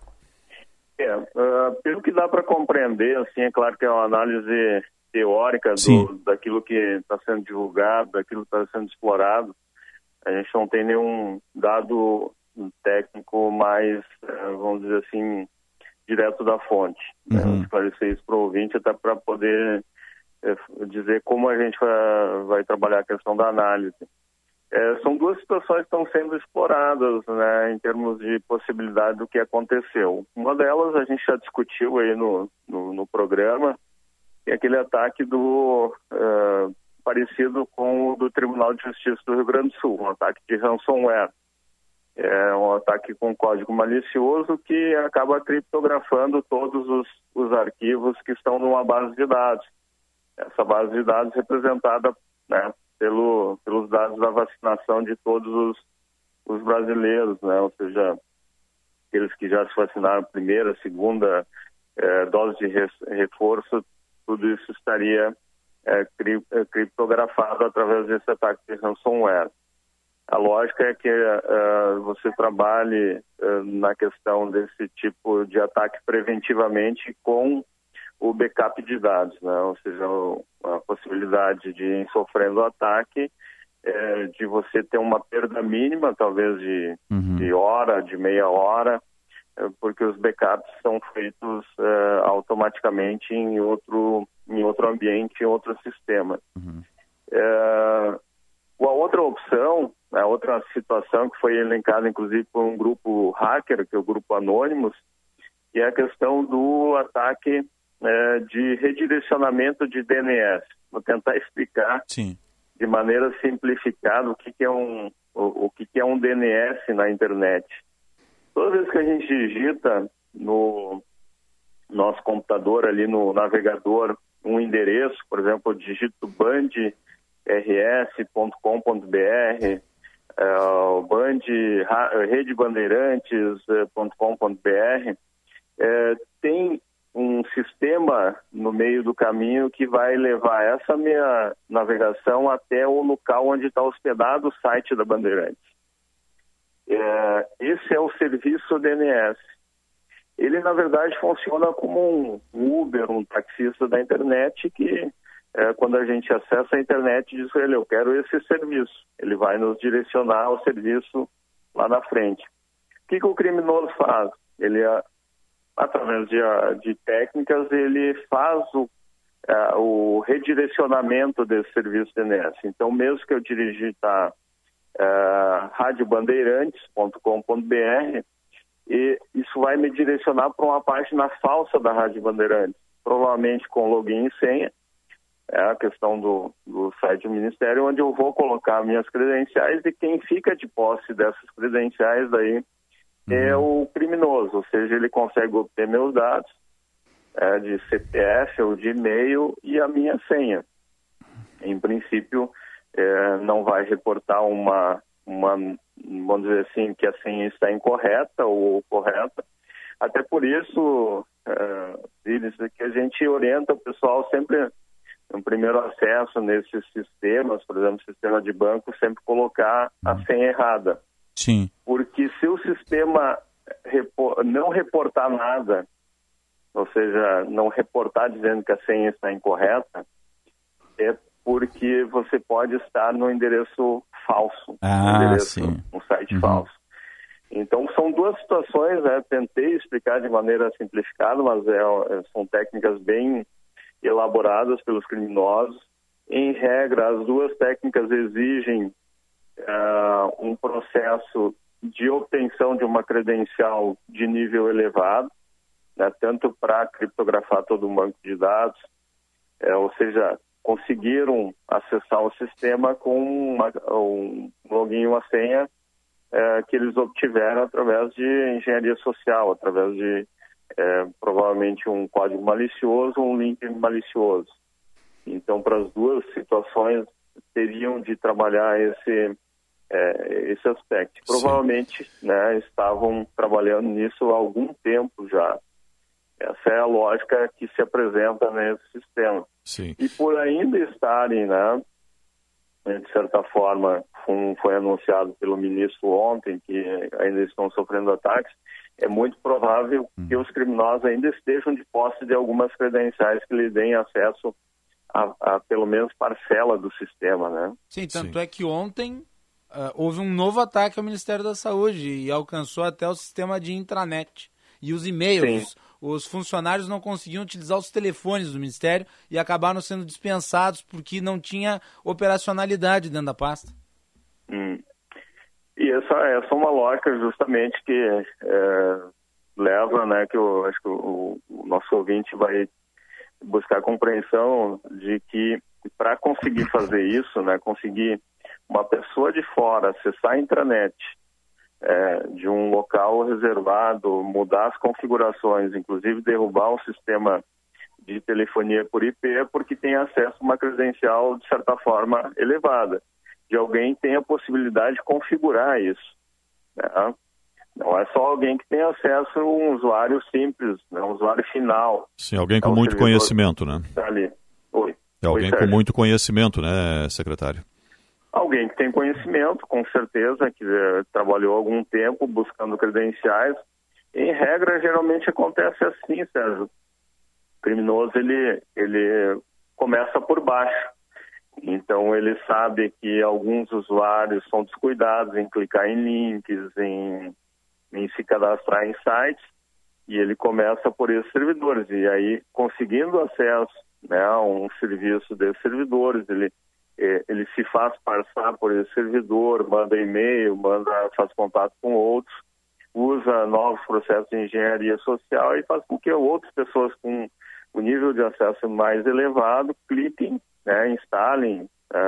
Pelo que dá para compreender, assim, é claro que é uma análise teórica daquilo que está sendo divulgado, daquilo que está sendo explorado. A gente não tem nenhum dado técnico mais, vamos dizer assim, direto da fonte. Esclarecer isso para o ouvinte, até para poder dizer como a gente vai trabalhar a questão da análise. São duas situações que estão sendo exploradas, né, em termos de possibilidade do que aconteceu. Uma delas a gente já discutiu aí no programa, é aquele ataque parecido com o do Tribunal de Justiça do Rio Grande do Sul, um ataque de ransomware. É um ataque com código malicioso que acaba criptografando todos os arquivos que estão numa base de dados. Essa base de dados representada, né, pelos dados da vacinação de todos os brasileiros, né, ou seja, aqueles que já se vacinaram primeira, segunda dose de reforço, tudo isso estaria criptografado através desse ataque de ransomware. A lógica é que você trabalhe na questão desse tipo de ataque preventivamente com o backup de dados, né? Ou seja, a possibilidade de, sofrendo o ataque, de você ter uma perda mínima, talvez de hora, de meia hora, porque os backups são feitos automaticamente em outro ambiente, em outro sistema. A outra opção, a outra situação que foi elencada inclusive por um grupo hacker, que é o Grupo Anonymous, que é a questão do ataque de redirecionamento de DNS. Vou tentar explicar de maneira simplificada o que é um DNS na internet. Toda vez que a gente digita no nosso computador, ali no navegador, um endereço, por exemplo, eu digito bandrs.com.br, redebandeirantes.com.br, tem um sistema no meio do caminho que vai levar essa minha navegação até o local onde está hospedado o site da Bandeirantes. Esse é o serviço DNS. Ele, na verdade, funciona como um Uber, um taxista da internet que, quando a gente acessa a internet, diz a ele, eu quero esse serviço. Ele vai nos direcionar ao serviço lá na frente. O que o criminoso faz? Ele, através de técnicas, ele faz o redirecionamento desse serviço de INSS. Então, mesmo que eu digitar radiobandeirantes.com.br, e isso vai me direcionar para uma página falsa da Rádio Bandeirantes, provavelmente com login e senha. É a questão do site do Ministério, onde eu vou colocar minhas credenciais, e quem fica de posse dessas credenciais daí é o criminoso, ou seja, ele consegue obter meus dados de CPF ou de e-mail e a minha senha. Em princípio, não vai reportar vamos dizer assim, que a senha está incorreta ou correta. Até por isso, que a gente orienta o pessoal sempre, no primeiro acesso nesses sistemas, por exemplo, sistema de banco, sempre colocar a senha errada. Sim. Porque se o sistema não reportar nada, ou seja, não reportar dizendo que a senha está incorreta, é porque você pode estar no endereço falso, um site falso. Então, são duas situações, né? Tentei explicar de maneira simplificada, mas são técnicas bem elaboradas pelos criminosos. Em regra, as duas técnicas exigem um processo de obtenção de uma credencial de nível elevado, né? Tanto para criptografar todo um banco de dados, ou seja, conseguiram acessar o sistema com um login e uma senha que eles obtiveram através de engenharia social, através de provavelmente um código malicioso ou um link malicioso. Então, para as duas situações, teriam de trabalhar esse aspecto. Provavelmente, né, estavam trabalhando nisso há algum tempo já. Essa é a lógica que se apresenta nesse sistema. Sim. E por ainda estarem, né, de certa forma, foi anunciado pelo ministro ontem, que ainda estão sofrendo ataques, é muito provável que os criminosos ainda estejam de posse de algumas credenciais que lhe deem acesso a pelo menos parcela do sistema, né? Sim, tanto é que ontem houve um novo ataque ao Ministério da Saúde e alcançou até o sistema de intranet. E os e-mails, os funcionários não conseguiam utilizar os telefones do Ministério e acabaram sendo dispensados porque não tinha operacionalidade dentro da pasta. E essa é uma lógica justamente que leva, né, que eu acho que o nosso ouvinte vai buscar compreensão de que para conseguir fazer isso, né, conseguir uma pessoa de fora acessar a intranet de um local reservado, mudar as configurações, inclusive derrubar um sistema de telefonia por IP, porque tem acesso a uma credencial, de certa forma, elevada. De alguém que tem a possibilidade de configurar isso. Né? Não é só alguém que tem acesso a um usuário simples, né? Um usuário final. Sim, alguém com muito conhecimento, né? Tá ali. Oi. É alguém com muito conhecimento, né, secretário? Alguém que tem conhecimento, com certeza, que trabalhou algum tempo buscando credenciais. Em regra, geralmente acontece assim, Sérgio. O criminoso, ele começa por baixo. Então, ele sabe que alguns usuários são descuidados em clicar em links, em se cadastrar em sites, e ele começa por esses servidores. E aí, conseguindo acesso, né, a um serviço desses servidores, ele se faz passar por esse servidor, manda e-mail, faz contato com outros, usa novos processos de engenharia social e faz com que outras pessoas com o nível de acesso mais elevado cliquem, né, instalem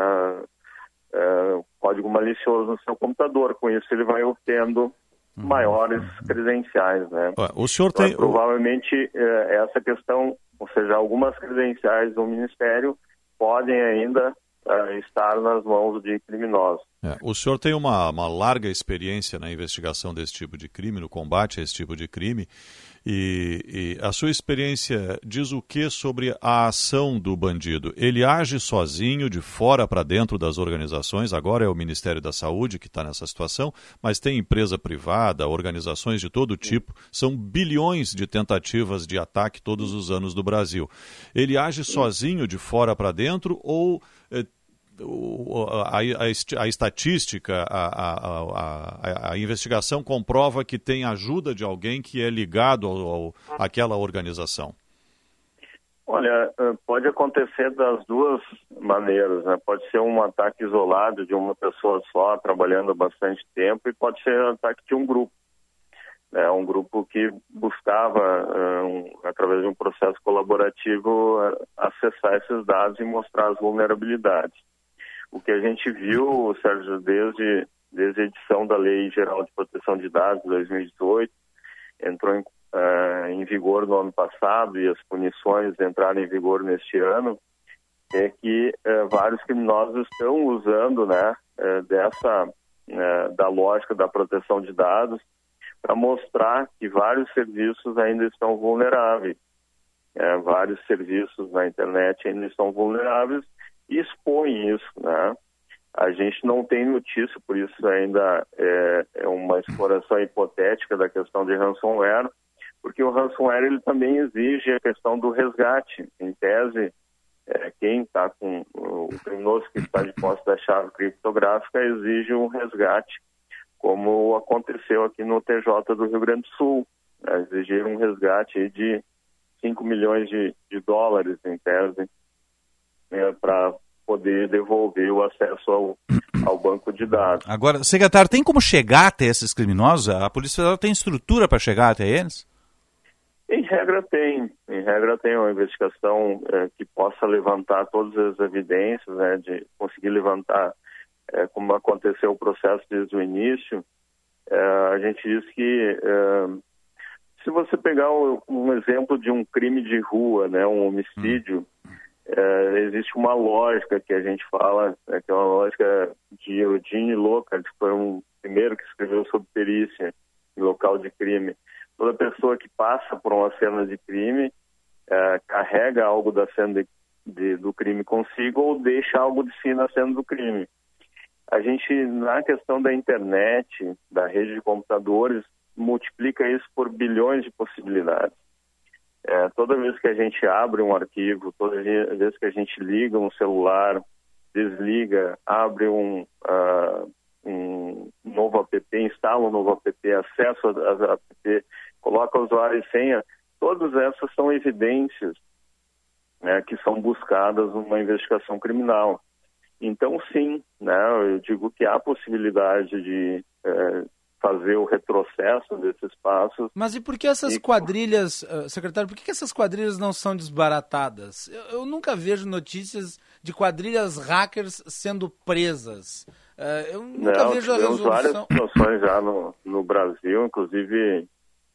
código malicioso no seu computador. Com isso, ele vai obtendo maiores credenciais, né? O senhor tem... Provavelmente, essa questão, ou seja, algumas credenciais do Ministério podem ainda estar nas mãos de criminosos. O senhor tem uma larga experiência na investigação desse tipo de crime, no combate a esse tipo de crime, e a sua experiência diz o que sobre a ação do bandido? Ele age sozinho, de fora para dentro das organizações, agora é o Ministério da Saúde que está nessa situação, mas tem empresa privada, organizações de todo tipo, são bilhões de tentativas de ataque todos os anos do Brasil. Ele age sozinho, de fora para dentro, ou a estatística, a investigação comprova que tem ajuda de alguém que é ligado àquela organização? Olha, pode acontecer das duas maneiras, né? Pode ser um ataque isolado de uma pessoa só, trabalhando há bastante tempo, e pode ser um ataque de um grupo. Um grupo que buscava, através de um processo colaborativo, acessar esses dados e mostrar as vulnerabilidades. O que a gente viu, Sérgio, desde a edição da Lei Geral de Proteção de Dados de 2018, entrou em vigor no ano passado e as punições entraram em vigor neste ano, é que vários criminosos estão usando, né, da lógica da proteção de dados para mostrar que vários serviços ainda estão vulneráveis. Vários serviços na internet ainda estão vulneráveis e expõem isso, né? A gente não tem notícia, por isso ainda é uma exploração hipotética da questão de ransomware, porque o ransomware ele também exige a questão do resgate. Em tese, quem está com o criminoso que está de posse da chave criptográfica exige um resgate, como aconteceu aqui no TJ do Rio Grande do Sul. Exigiram um resgate de 5 milhões de dólares, em tese, para poder devolver o acesso ao banco de dados. Agora, secretário, tem como chegar até esses criminosos? A Polícia Federal tem estrutura para chegar até eles? Em regra tem uma investigação que possa levantar todas as evidências, né, de conseguir levantar como aconteceu o processo desde o início. A gente diz que se você pegar um exemplo de um crime de rua, né, um homicídio, existe uma lógica que a gente fala, que é uma lógica de Eugene Lockhart, que foi um primeiro que escreveu sobre perícia em local de crime. Toda pessoa que passa por uma cena de crime carrega algo da cena do crime consigo ou deixa algo de si na cena do crime. A gente, na questão da internet, da rede de computadores, multiplica isso por bilhões de possibilidades. Toda vez que a gente abre um arquivo, toda vez que a gente liga um celular, desliga, abre um novo app, instala um novo app, acessa a app, coloca usuário e senha, todas essas são evidências, né, que são buscadas numa investigação criminal. Então, sim, né, eu digo que há possibilidade de fazer o retrocesso desses passos. Mas e por que essas quadrilhas, secretário, por que essas quadrilhas não são desbaratadas? Eu nunca vejo notícias de quadrilhas hackers sendo presas. Eu nunca vejo a resolução. Várias situações já no Brasil, inclusive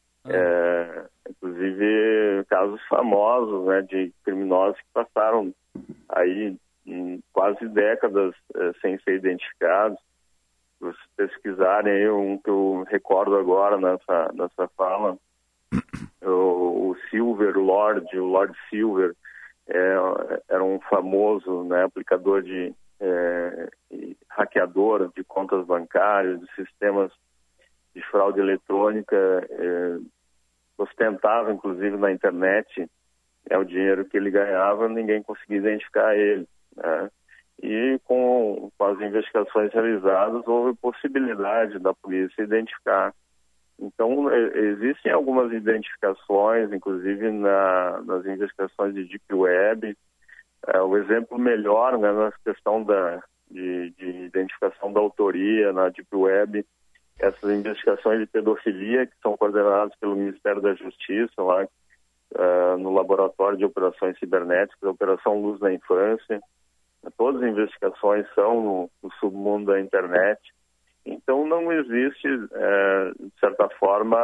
casos famosos, né, de criminosos que passaram aí quase décadas sem ser identificados. Se vocês pesquisarem aí, um que eu recordo agora nessa fala, o Silver Lord, o Lord Silver, era um famoso, né, aplicador de hackeador de contas bancárias, de sistemas de fraude eletrônica, ostentava inclusive na internet o dinheiro que ele ganhava, ninguém conseguia identificar ele, né? E com as investigações realizadas, houve possibilidade da polícia identificar. Então, existem algumas identificações, inclusive nas investigações de Deep Web. O exemplo melhor, né, na questão de identificação da autoria na Deep Web, essas investigações de pedofilia que são coordenadas pelo Ministério da Justiça, lá no Laboratório de Operações Cibernéticas, a Operação Luz da Infância. Todas as investigações são no submundo da internet. Então, não existe, de certa forma,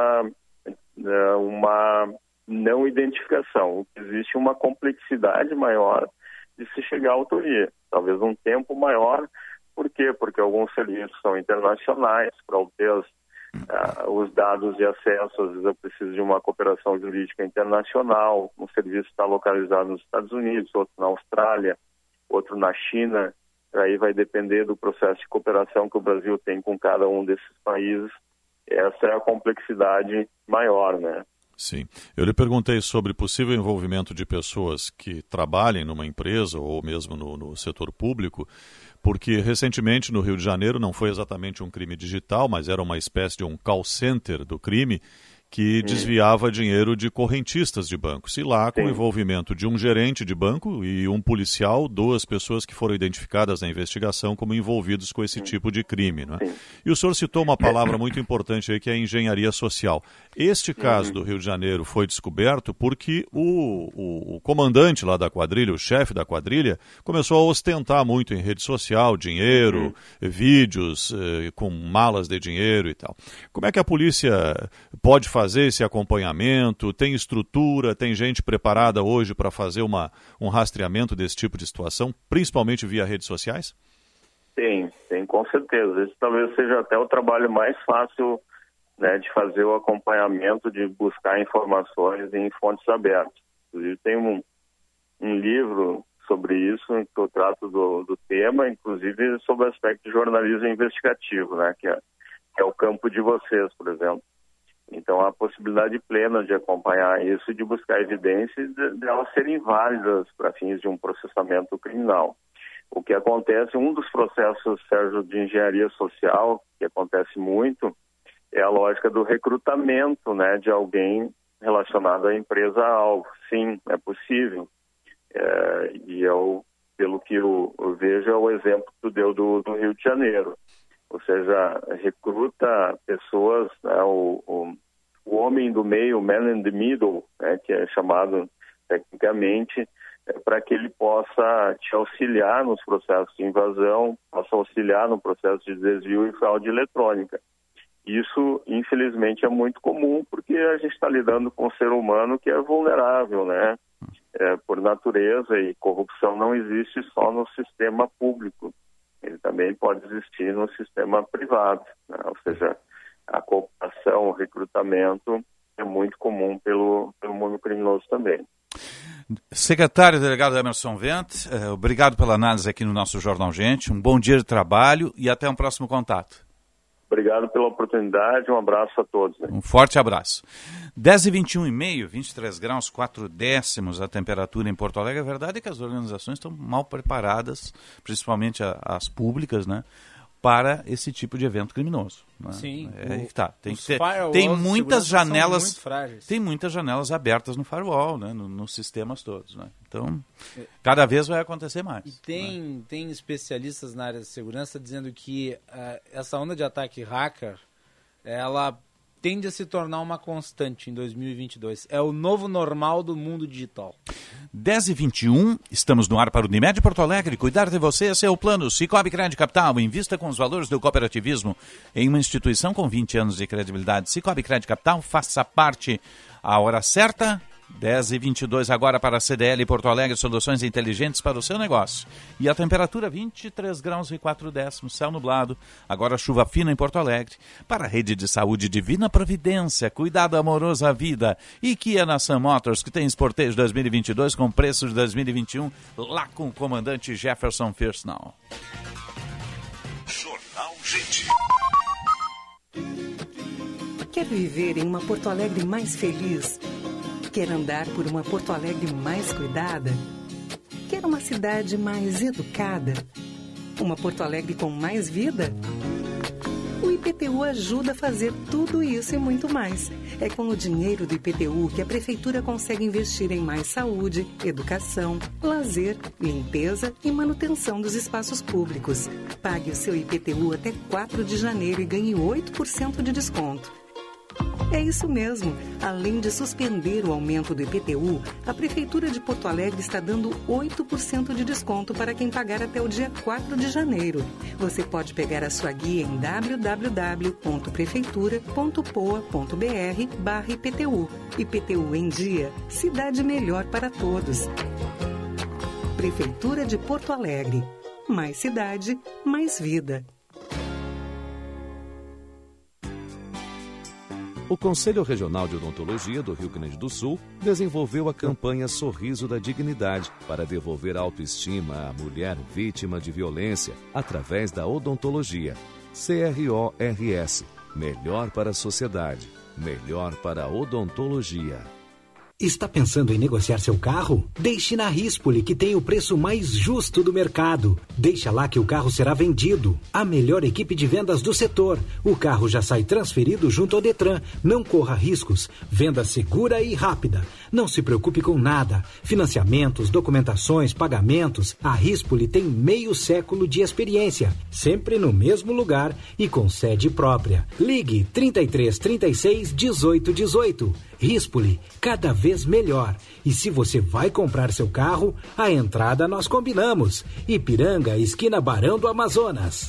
uma não identificação. Existe uma complexidade maior de se chegar à autoria. Talvez um tempo maior. Por quê? Porque alguns serviços são internacionais. Para obter os dados de acesso, às vezes eu preciso de uma cooperação jurídica internacional. Um serviço está localizado nos Estados Unidos, outro na Austrália, outro na China. Aí vai depender do processo de cooperação que o Brasil tem com cada um desses países. Essa é a complexidade maior, né? Sim. Eu lhe perguntei sobre possível envolvimento de pessoas que trabalhem numa empresa ou mesmo no setor público, porque recentemente no Rio de Janeiro não foi exatamente um crime digital, mas era uma espécie de um call center do crime que desviava dinheiro de correntistas de bancos. E lá, com o envolvimento de um gerente de banco e um policial, 2 pessoas que foram identificadas na investigação como envolvidos com esse tipo de crime. Não é? E o senhor citou uma palavra muito importante aí, que é a engenharia social. Este caso do Rio de Janeiro foi descoberto porque o comandante lá da quadrilha, o chefe da quadrilha, começou a ostentar muito em rede social dinheiro, vídeos com malas de dinheiro e tal. Como é que a polícia pode fazer esse acompanhamento? Tem estrutura, tem gente preparada hoje para fazer um rastreamento desse tipo de situação, principalmente via redes sociais? Tem com certeza. Esse talvez seja até o trabalho mais fácil, né, de fazer o acompanhamento, de buscar informações em fontes abertas. Inclusive tem um livro sobre isso, em que eu trato do tema, inclusive sobre o aspecto de jornalismo investigativo, né, que é o campo de vocês, por exemplo. Então, há a possibilidade plena de acompanhar isso e de buscar evidências de elas serem válidas para fins de um processamento criminal. O que acontece, um dos processos, Sérgio, de engenharia social, que acontece muito, é a lógica do recrutamento, né, de alguém relacionado à empresa-alvo. Sim, é possível. E pelo que eu vejo, é o exemplo que tu deu do Rio de Janeiro. Ou seja, recruta pessoas, né, o homem do meio, man in the middle, né, que é chamado tecnicamente, para que ele possa te auxiliar nos processos de invasão, possa auxiliar no processo de desvio e fraude eletrônica. Isso, infelizmente, é muito comum, porque a gente está lidando com um ser humano que é vulnerável, né, por natureza, e corrupção não existe só no sistema público. Ele também pode existir no sistema privado, né? Ou seja, a cooptação, o recrutamento é muito comum pelo mundo criminoso também. Secretário Delegado Emerson Wendt, obrigado pela análise aqui no nosso Jornal Gente, um bom dia de trabalho e até um próximo contato. Obrigado pela oportunidade, um abraço a todos. Um forte abraço. 10h21,5, 23 graus, 4 décimos a temperatura em Porto Alegre. A verdade é que as organizações estão mal preparadas, principalmente as públicas, né, para esse tipo de evento criminoso. Né? Sim. Tem muitas janelas, tem muitas janelas abertas no firewall, né, nos sistemas todos. Né? Então, cada vez vai acontecer mais. E tem especialistas na área de segurança dizendo que essa onda de ataque hacker, ela tende a se tornar uma constante em 2022. É o novo normal do mundo digital. 10h21, estamos no ar para o Unimed Porto Alegre. Cuidar de você, esse é o plano. Cicobi Crédito Capital, invista com os valores do cooperativismo em uma instituição com 20 anos de credibilidade. Cicobi Crédito Capital, faça parte. A hora certa, 10h22 agora para a CDL Porto Alegre, soluções inteligentes para o seu negócio. E a temperatura 23 graus e 4 décimos, céu nublado, agora chuva fina em Porto Alegre. Para a rede de saúde Divina Providência, cuidado amoroso à vida. E Kia na Sam Motors, que tem Sportage 2022 com preço de 2021, lá com o comandante Jefferson Firstnall. Jornal Gente. Quer viver em uma Porto Alegre mais feliz? Quer andar por uma Porto Alegre mais cuidada? Quer uma cidade mais educada? Uma Porto Alegre com mais vida? O IPTU ajuda a fazer tudo isso e muito mais. É com o dinheiro do IPTU que a Prefeitura consegue investir em mais saúde, educação, lazer, limpeza e manutenção dos espaços públicos. Pague o seu IPTU até 4 de janeiro e ganhe 8% de desconto. É isso mesmo. Além de suspender o aumento do IPTU, a Prefeitura de Porto Alegre está dando 8% de desconto para quem pagar até o dia 4 de janeiro. Você pode pegar a sua guia em www.prefeitura.poa.br/IPTU. IPTU em dia. Cidade melhor para todos. Prefeitura de Porto Alegre. Mais cidade, mais vida. O Conselho Regional de Odontologia do Rio Grande do Sul desenvolveu a campanha Sorriso da Dignidade para devolver a autoestima à mulher vítima de violência através da odontologia. CRORS, melhor para a sociedade. melhor para a odontologia. Está pensando em negociar seu carro? Deixe na Rispoli, que tem o preço mais justo do mercado. Deixa lá que o carro será vendido. A melhor equipe de vendas do setor. O carro já sai transferido junto ao Detran. Não corra riscos. Venda segura e rápida. Não se preocupe com nada. Financiamentos, documentações, pagamentos. A Rispoli tem meio século de experiência. Sempre no mesmo lugar e com sede própria. Ligue 33 36 18 18. Rispoli, cada vez melhor. E se você vai comprar seu carro, a entrada nós combinamos. Ipiranga, esquina Barão do Amazonas.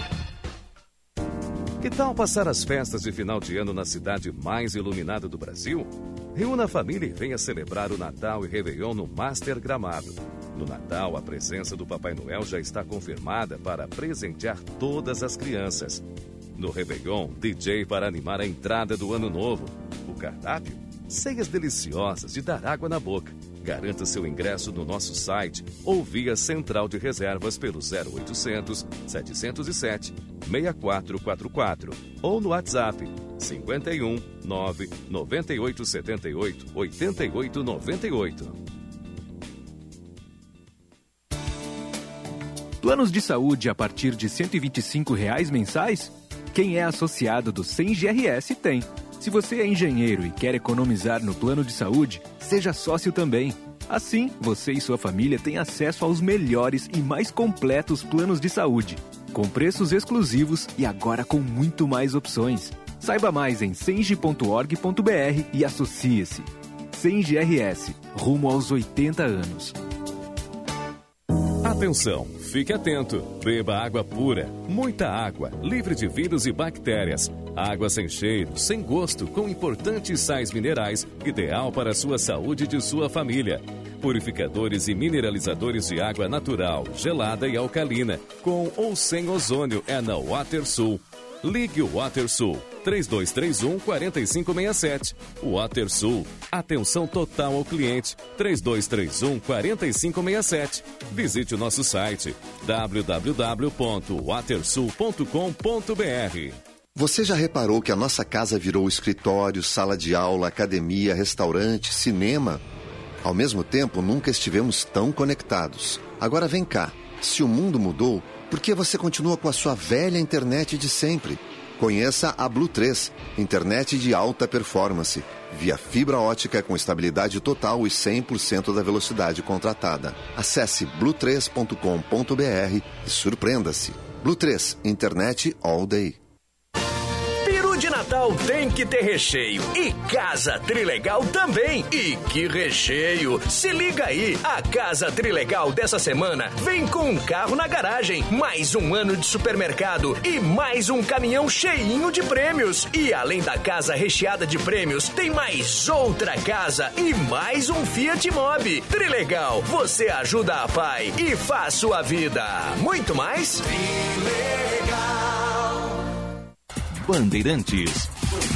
Que tal passar as festas de final de ano na cidade mais iluminada do Brasil? Reúna a família e venha celebrar o Natal e Réveillon no Master Gramado. No Natal, a presença do Papai Noel já está confirmada para presentear todas as crianças. No Réveillon, DJ para animar a entrada do Ano Novo. O cardápio? Ceias deliciosas de dar água na boca. Garanta seu ingresso no nosso site ou via Central de Reservas pelo 0800 707 6444 ou no WhatsApp 51 9 9878 8898. Planos de saúde a partir de R$ 125 mensais? Quem é associado do 100GRS tem. Se você é engenheiro e quer economizar no plano de saúde, seja sócio também. Assim, você e sua família têm acesso aos melhores e mais completos planos de saúde, com preços exclusivos e agora com muito mais opções. Saiba mais em cenge.org.br e associe-se. 100GRS, rumo aos 80 anos. Atenção, fique atento. Beba água pura, muita água, livre de vírus e bactérias. Água sem cheiro, sem gosto, com importantes sais minerais, ideal para a sua saúde e de sua família. Purificadores e mineralizadores de água natural, gelada e alcalina, com ou sem ozônio, é na WaterSul. Ligue o WaterSul, 3231-4567. WaterSul, atenção total ao cliente, 3231-4567. Visite o nosso site, www.watersul.com.br. Você já reparou que a nossa casa virou escritório, sala de aula, academia, restaurante, cinema? Ao mesmo tempo, nunca estivemos tão conectados. Agora vem cá, se o mundo mudou, por que você continua com a sua velha internet de sempre? Conheça a Blue 3, internet de alta performance, via fibra ótica com estabilidade total e 100% da velocidade contratada. Acesse blue3.com.br e surpreenda-se. Blue 3, internet all day. Peru de Natal tem que ter recheio e Casa Trilegal também. E que recheio! Se liga aí, a Casa Trilegal dessa semana vem com um carro na garagem, mais um ano de supermercado e mais um caminhão cheinho de prêmios. E além da casa recheada de prêmios, tem mais outra casa e mais um Fiat Mobi. Trilegal, você ajuda a pai e faz sua vida muito mais Trilegal. Bandeirantes.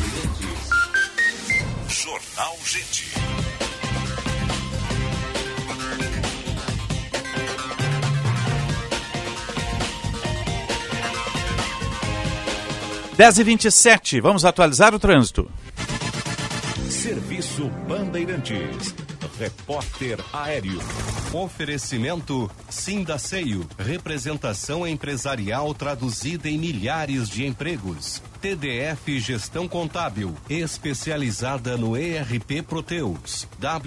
Jornal Gente. Dez e 27, vamos atualizar o trânsito. Serviço Bandeirantes. Repórter Aéreo. Oferecimento Sindaceio, representação empresarial traduzida em milhares de empregos. TDF Gestão Contábil, especializada no ERP Proteus.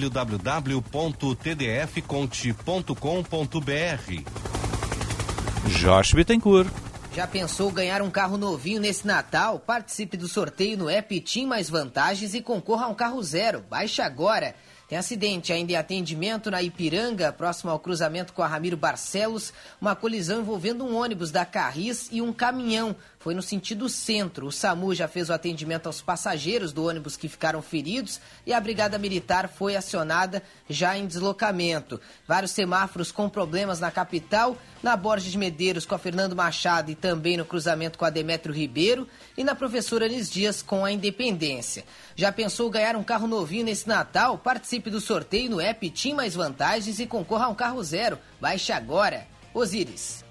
www.tdfconte.com.br. Jorge Bittencourt. Já pensou ganhar um carro novinho nesse Natal? Participe do sorteio no app TIM Mais Vantagens e concorra a um carro zero. Baixe agora. Tem acidente ainda em atendimento na Ipiranga, próximo ao cruzamento com a Ramiro Barcelos. Uma colisão envolvendo um ônibus da Carris e um caminhão. Foi no sentido centro. O SAMU já fez o atendimento aos passageiros do ônibus que ficaram feridos e a Brigada Militar foi acionada já em deslocamento. Vários semáforos com problemas na capital, na Borges de Medeiros com a Fernando Machado e também no cruzamento com a Demétrio Ribeiro e na Professora Anis Dias com a Independência. Já pensou ganhar um carro novinho nesse Natal? Participe do sorteio no app TIM Mais Vantagens e concorra a um carro zero. Baixe agora. Osíris.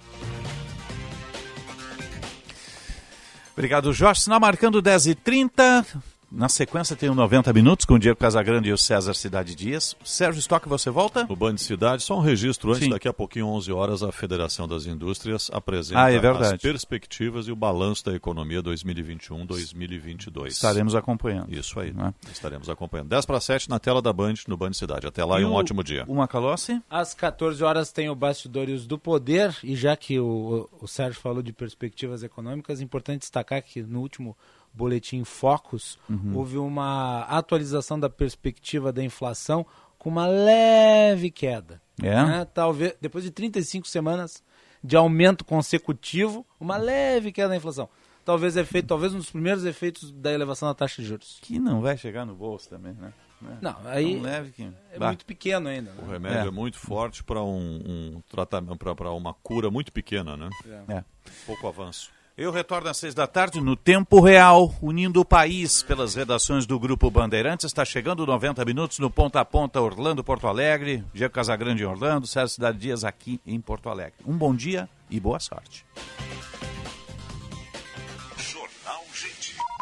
Obrigado, Jorge. Sinal marcando 10h30. Na sequência tem o 90 Minutos com o Diego Casagrande e o César Cidade Dias. Sérgio Stock, você volta? No Band Cidade, só um registro antes, daqui a pouquinho, 11 horas, a Federação das Indústrias apresenta as perspectivas e o balanço da economia 2021-2022. Estaremos acompanhando. Isso aí, né? Estaremos acompanhando. 10:07 na tela da Band, no Band Cidade. Até lá e um ótimo dia. O Macalossi? Às 14 horas tem o Bastidores do Poder, e já que o Sérgio falou de perspectivas econômicas, é importante destacar que no último Boletim Focus, houve uma atualização da perspectiva da inflação com uma leve queda. Né? Talvez, depois de 35 semanas de aumento consecutivo, uma leve queda da inflação. Talvez um dos primeiros efeitos da elevação da taxa de juros. Que não vai chegar no bolso também, né? Não, aí leve que... é muito pequeno ainda. Né? O remédio é muito forte para tratamento, para uma cura muito pequena, né? Pouco avanço. Eu retorno às 6 da tarde no Tempo Real, unindo o país pelas redações do Grupo Bandeirantes. Está chegando 90 Minutos no Ponta a Ponta, Orlando, Porto Alegre. Diego Casagrande em Orlando, Sérgio Cidade Dias aqui em Porto Alegre. Um bom dia e boa sorte. Jornal Gente.